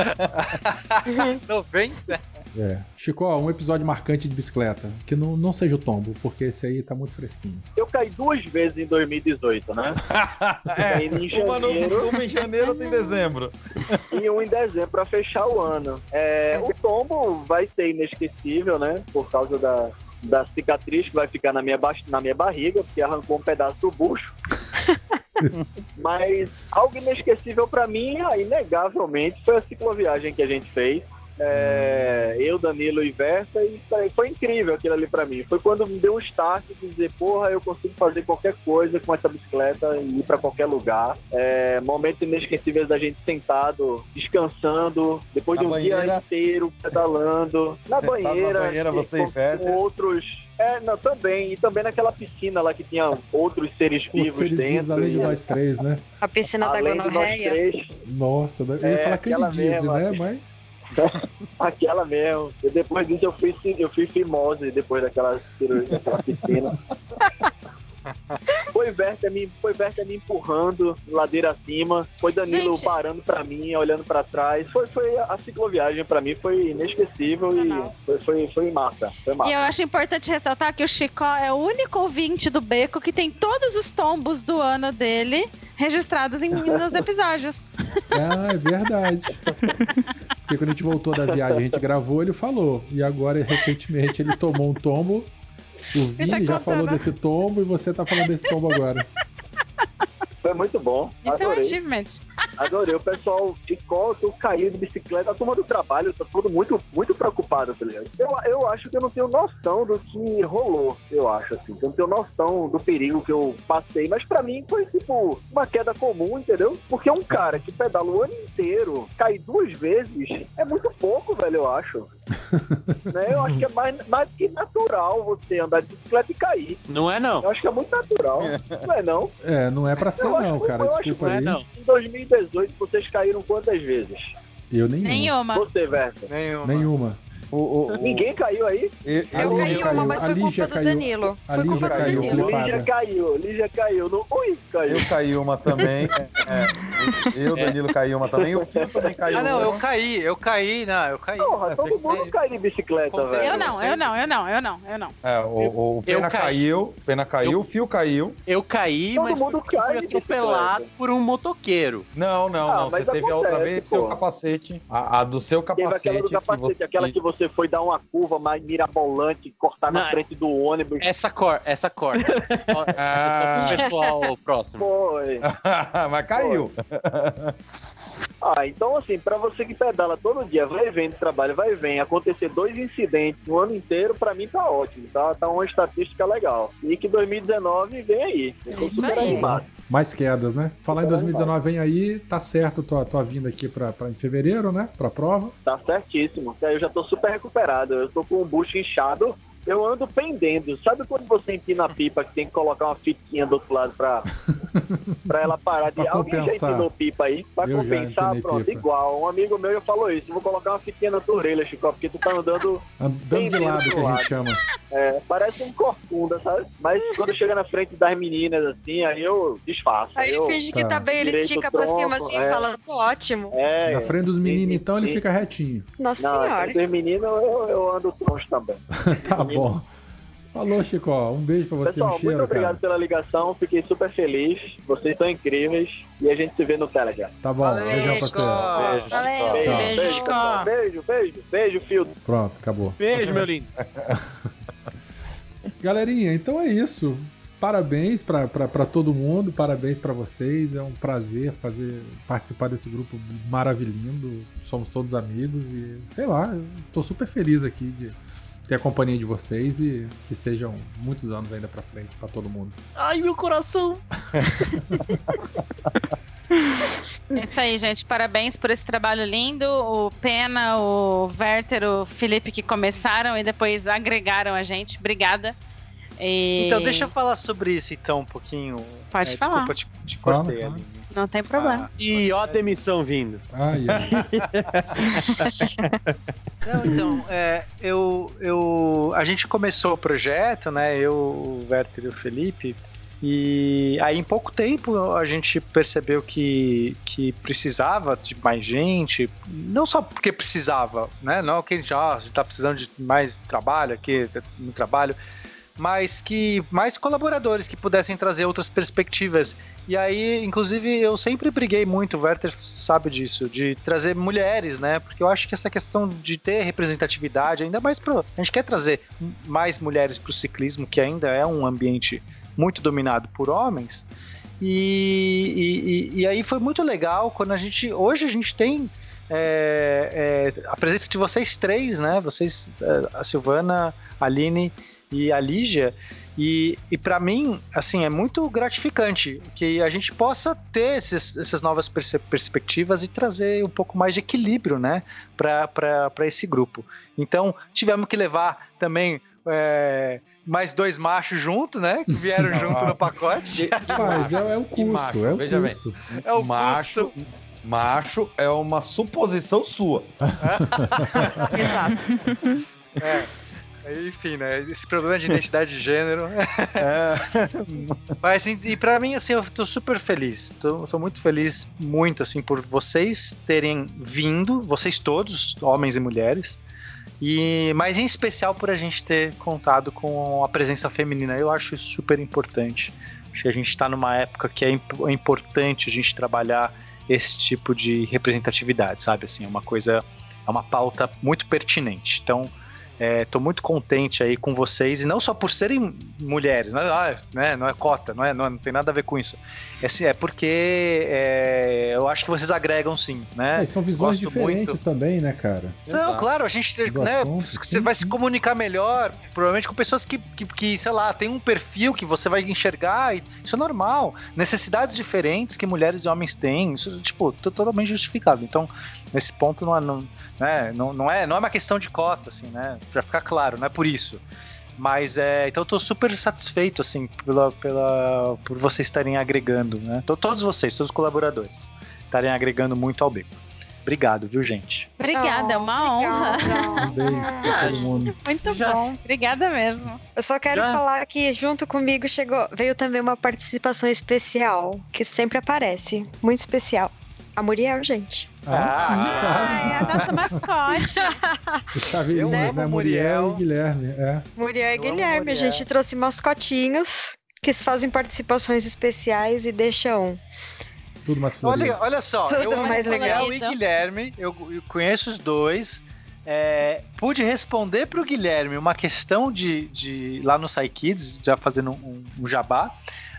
noventa? É. Chico, ó, um episódio marcante de bicicleta. Que não, não seja o tombo, porque esse aí tá muito fresquinho. eu caí duas vezes em dois mil e dezoito, né? Caí em Uma, no, janeiro uma em janeiro, outra em dezembro. e um em dezembro pra fechar o ano. É, o tombo vai ser inesquecível, né? Por causa da, da cicatriz que vai ficar na minha, ba- na minha barriga, porque arrancou um pedaço do bucho. Mas algo inesquecível pra mim, ah, inegavelmente, foi a cicloviagem que a gente fez. É, eu, Danilo e Versa, e foi- foi incrível aquilo ali pra mim. Foi quando me deu um start de dizer, porra, eu consigo fazer qualquer coisa com essa bicicleta e ir pra qualquer lugar. É, momentos inesquecíveis da gente sentado, descansando, depois Na de um dia banheira. inteiro pedalando, na Sentado na banheira, banheira, você com, e Versa. com outros. É, não, também. E também naquela piscina lá que tinha outros seres Os vivos seres vivos dentro. além de e- nós três, né? A piscina da além de nós gonorreia. três. Nossa, eu ia É, falar aquela candidíase, mesma. né? Mas. Aquela mesmo. E depois disso eu fui, eu fui fimose depois daquela cirurgia, daquela piscina. Foi Verta me, foi Verta me empurrando ladeira acima. Foi Danilo Gente. parando pra mim, olhando pra trás. Foi, foi a cicloviagem pra mim foi inesquecível e foi, foi, foi massa. Foi massa. E eu acho importante ressaltar que o Chicó é o único ouvinte do Beco que tem todos os tombos do ano dele registrados em, nos episódios. Ah, é verdade. Porque quando a gente voltou da viagem, a gente gravou, ele falou. E agora, recentemente, ele tomou um tombo. O Vini tá já contando. falou desse tombo e você tá falando desse tombo agora. Foi muito bom. Isso é um Adorei. achievement. Adorei. O pessoal de eu caí de bicicleta. A turma do trabalho tá todo muito, muito preocupado, tá ligado? Eu, eu acho que eu não tenho noção do que rolou, eu acho, assim. Eu não tenho noção do perigo que eu passei. Mas pra mim foi, tipo, uma queda comum, entendeu? Porque um cara que pedala o ano inteiro, cair duas vezes, é muito pouco, velho, eu acho. Né? Eu acho que é mais, mais que natural você andar de bicicleta e cair. Não é, não. Eu acho que é muito natural. Não é, não? É, não é pra ser, Eu acho não, que- cara. eu acho Desculpa que aí. não. Em dois mil e dezoito, vocês caíram quantas vezes? Eu nenhuma. Nenhuma. Você, Versa. Nenhuma. Nenhuma. O, o, o... Ninguém caiu aí? E, eu caí uma, mas foi culpa do caiu. Danilo. A Foi Lígia culpa do caiu. Danilo. Lígia caiu, Lígia caiu. No... Ui, caiu. Eu caí uma também. É, eu, Danilo, caí uma também. O Fio também caiu. Ah, não, uma. eu caí, eu caí, não, eu caí. Porra, todo mundo cai de bicicleta, velho. Eu não, eu não, eu não, eu não, eu não. É, o, o Pena caiu, o Pena caiu, o Fio caiu. Eu caí, Todo mas mundo fui, cai fui de atropelado bicicleta. por um motoqueiro. Não, não, Ah, não. Você mas teve a outra acontece, vez seu pô. capacete. A, a do seu Teve capacete. aquela do capacete, que você... aquela que você foi dar uma curva mais mirabolante, cortar na Não, frente do ônibus. Essa cor, essa corda. Só, Ah. só pro pessoal próximo. Foi. Mas caiu. Ah, então assim, pra você que pedala todo dia, vai e vem do trabalho, vai e vem, acontecer dois incidentes no ano inteiro, pra mim tá ótimo, tá? Tá uma estatística legal. E que dois mil e dezenove vem aí. Eu tô Isso super aí. animado. Mais quedas, né? Falar em dois mil e dezenove, vem aí, tá certo tua, tua vinda aqui pra, pra em fevereiro, né? Pra prova. Tá certíssimo. Eu já tô super recuperado. Eu tô com o bucho inchado. Eu ando pendendo. Sabe quando você empina a pipa que tem que colocar uma fitinha do outro lado pra, pra ela parar de... Pra Alguém já compensar. empinou pipa aí? Pra Eu já compensar, empinei pronto, pipa. igual. Um amigo meu já falou isso. Vou colocar uma fitinha na tua orelha, Chico, porque tu tá andando... Andando de lado, que a gente chama. É, parece um corcunda, sabe? Mas quando chega na frente das meninas, assim, aí eu disfarço. Aí ele eu finge que tá bem, ele direito estica o pra cima tronco, assim, é. falando, tô ótimo. É, Na frente dos meninos, sim, então, ele sim. fica retinho. Nossa Não, senhora. entre meninos eu, eu ando troncho também. Tá bom. Falou, Chico. Um beijo pra você, Pessoal, um cheiro, muito obrigado cara. pela ligação, fiquei super feliz. Vocês são incríveis e a gente se vê no Telegram. Tá bom, Valeu, beijão pra Chico. você. Beijo, Valeu, beijo, beijo, beijo, Chico. pessoal. beijo, beijo, beijo, Fio. Pronto, acabou. Beijo, meu lindo. Galerinha, então é isso. Parabéns pra, pra, pra todo mundo, parabéns pra vocês. É um prazer fazer participar desse grupo maravilhoso. Somos todos amigos e, sei lá, eu tô super feliz aqui de ter a companhia de vocês e que sejam muitos anos ainda pra frente pra todo mundo. Ai, meu coração. É isso aí, gente. Parabéns por esse trabalho lindo. O Pena, o Werther, o Felipe que começaram e depois agregaram a gente. Obrigada. E... Então, deixa eu falar sobre isso então um pouquinho. Pode É, falar. Desculpa, te, te Fala, cortei fala. ali. Não tem problema. E ó a demissão vindo. Ai, ai. Não, então, é, eu, eu, a gente começou o projeto, né? Eu, o Werther e o Felipe. E aí, em pouco tempo, a gente percebeu que, que precisava de mais gente. Não só porque precisava, né? Não que a gente, ah, a gente tá precisando de mais trabalho aqui, no trabalho. Mas que mais colaboradores que pudessem trazer outras perspectivas. E aí, inclusive, eu sempre briguei muito, o Werther sabe disso, de trazer mulheres, né? Porque eu acho que essa questão de ter representatividade, ainda mais pro... A gente quer trazer mais mulheres pro ciclismo, que ainda é um ambiente muito dominado por homens. E, e, e aí foi muito legal quando a gente... Hoje a gente tem é, é, a presença de vocês três, né? Vocês, a Silvana, a Aline e a Lígia, e, e para mim, assim, é muito gratificante que a gente possa ter esses, essas novas perce- perspectivas e trazer um pouco mais de equilíbrio, né, para esse grupo. Então, tivemos que levar também é, mais dois machos juntos, né, que vieram junto no pacote. Mas é, é o custo, macho, é o veja bem. custo. É o macho, custo. macho é uma suposição sua. Exato. É. Enfim, né? Esse problema de identidade de gênero. É. Mas, e pra mim, assim, eu tô super feliz. Tô, tô muito feliz, muito, assim, por vocês terem vindo, vocês todos, homens e mulheres. E, mas em especial por a gente ter contado com a presença feminina. Eu acho isso super importante. Acho que a gente tá numa época que é, imp- é importante a gente trabalhar esse tipo de representatividade, sabe? Assim, é uma coisa, é uma pauta muito pertinente. Então, É, tô muito contente aí com vocês, e não só por serem mulheres, não é, ah, né, não é cota, não, é, não, não tem nada a ver com isso. É, assim, é porque é, eu acho que vocês agregam sim, né? É, são visões Gosto diferentes muito. também, né, cara? São, Exato. claro, a gente, Do né, assunto, você sim, vai sim. se comunicar melhor, provavelmente com pessoas que, que, que, sei lá, tem um perfil que você vai enxergar, e isso é normal. Necessidades diferentes que mulheres e homens têm, isso, tipo, totalmente justificado. Então, nesse ponto, não é, não, né, não, não, é, não é uma questão de cota, assim, né, pra ficar claro, não é por isso. Mas é, então eu tô super satisfeito, assim, pela, pela, por vocês estarem agregando, né? Todos vocês, todos os colaboradores, estarem agregando muito ao Beco. Obrigado, viu, gente? Obrigada, é uma honra. Um beijo pra todo mundo. Muito bom. Obrigada mesmo. Eu só quero Já? falar que junto comigo chegou, veio também uma participação especial, que sempre aparece. Muito especial. A Muriel, gente. Ah, sim, claro. Ai, a nossa mascote. Os caveirinhos, né? Muriel e Guilherme. É. Muriel e Eu Guilherme, amo a gente trouxe mascotinhos que fazem participações especiais e deixam... Tudo mais florido. Olha, olha só, Tudo eu mais Muriel legal. e Guilherme, eu, eu conheço os dois. É, pude responder pro Guilherme uma questão de, de lá no SciKids, já fazendo um, um jabá.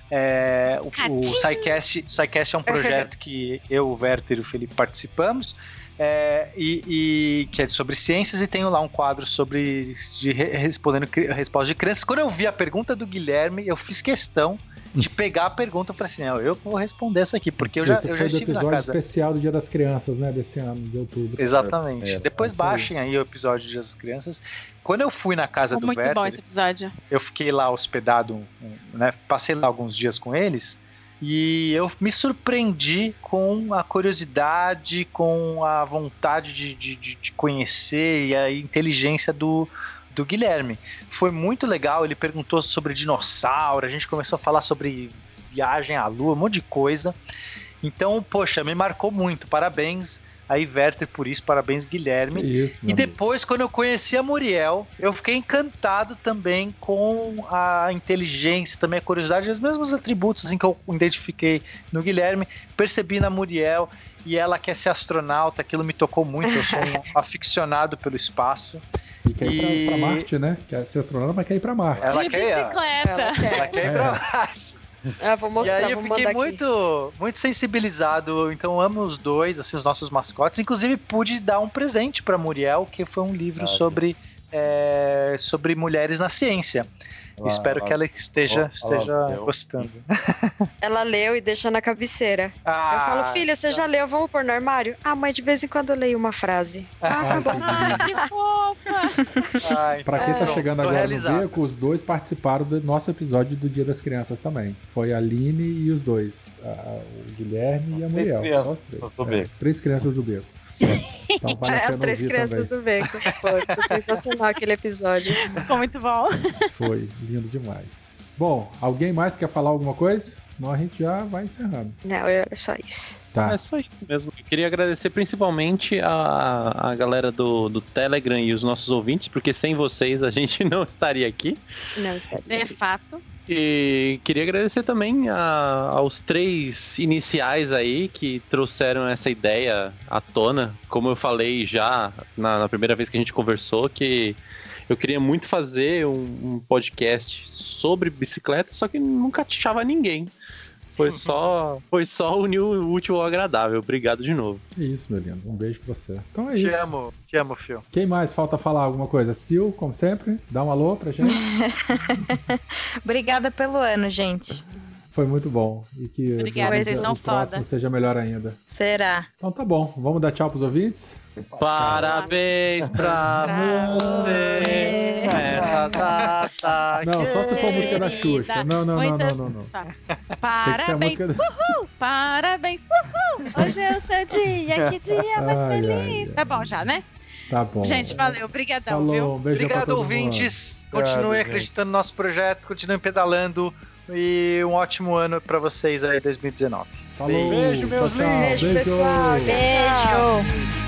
É, o o SciCast, SciCast é um projeto que eu, o Werther e o Felipe participamos, é, e, e que é sobre ciências, e tenho lá um quadro sobre de re, respondendo a resposta de crianças. Quando eu vi a pergunta do Guilherme, eu fiz questão de pegar a pergunta e falei assim, não, eu vou responder essa aqui, porque eu já, Esse eu já foi do estive na episódio casa. especial do Dia das Crianças, né? Desse ano, de outubro. Exatamente. É, Depois é isso aí. baixem aí o episódio de Dia das Crianças. Quando eu fui na casa Foi do muito Werther, bom esse episódio. eu fiquei lá hospedado, né? Passei lá alguns dias com eles e eu me surpreendi com a curiosidade, com a vontade de, de, de conhecer e a inteligência do, do Guilherme. Foi muito legal, ele perguntou sobre dinossauro, a gente começou a falar sobre viagem à lua, um monte de coisa. Então, poxa, me marcou muito, parabéns aí, Werther, por isso, parabéns, Guilherme. Que isso, meu E depois, quando eu conheci a Muriel, eu fiquei encantado também com a inteligência, também a curiosidade, os mesmos atributos assim, que eu identifiquei no Guilherme, percebi na Muriel, e ela quer ser astronauta, aquilo me tocou muito, eu sou um aficionado pelo espaço. E quer ir pra, pra Marte, né? Quer ser astronauta, mas quer ir pra Marte. Ela De quer, bicicleta. Ela quer. ela quer ir pra Marte. Ah, vou mostrar, E aí eu vou fiquei mandar muito, muito sensibilizado, então eu amo os dois, assim, os nossos mascotes. Inclusive pude dar um presente pra Muriel, que foi um livro Ah, sobre, é, sobre mulheres na ciência. Ela- Espero que ela esteja, ela- esteja ela leu. gostando. Ela leu e deixa na cabeceira. Ah, eu falo, filha, você já leu? Vamos pôr no armário? Ah, mãe, de vez em quando eu leio uma frase. Ah, tá bom. Ai, que fofa. Ai, Pra quem tá pronto, chegando tô agora realizado. no Beco, os dois participaram do nosso episódio do Dia das Crianças também. Foi a Aline e os dois. A- o Guilherme e a três Muriel. crianças Só os três. do É, Beco. as três crianças do Beco. Então vale a É, pena as três ouvir crianças também. do beco. Foi, foi sensacional aquele episódio. Ficou muito bom. Foi lindo demais. Bom, alguém mais quer falar alguma coisa? Senão a gente já vai encerrando. Não, é só isso. Tá. É só isso mesmo. Eu queria agradecer principalmente a, a galera do, do Telegram e os nossos ouvintes, porque sem vocês a gente não estaria aqui. Não, está De fato. E queria agradecer também a- aos três iniciais aí que trouxeram essa ideia à tona. Como eu falei já na, na primeira vez que a gente conversou, que eu queria muito fazer um, um podcast sobre bicicleta, só que nunca achava ninguém. Foi só, foi só unir o útil ao agradável. Obrigado de novo. É isso, meu lindo. Um beijo pra você. Então é Te isso. amo, te amo, Fio. Quem mais falta falar alguma coisa? Sil, como sempre, dá um alô pra gente. Obrigada pelo ano, gente. Foi muito bom. E que Obrigada, o- vocês o são próximo foda. seja melhor ainda. Será? Então tá bom. Vamos dar tchau pros ouvintes? Parabéns pra você nessa data. Não, só se for música da Xuxa. Não, não, não, não, Muitas- não, não. Tá. Tem que ser a Parabéns, música da... uhul! Parabéns, uhul! Hoje é o seu dia, que dia mais Ai, feliz! ai, ai. Tá bom já, né? Tá bom. Gente, valeu, obrigadão, Falou, viu? um beijo pra Obrigado, todo ouvintes. Obrigado, Continuem gente. acreditando no nosso projeto, continuem pedalando. E um ótimo ano pra vocês aí, dois mil e dezenove. mundo. Falou. Beijo, tchau, meus tchau. lindos. Beijo. pessoal. Beijo!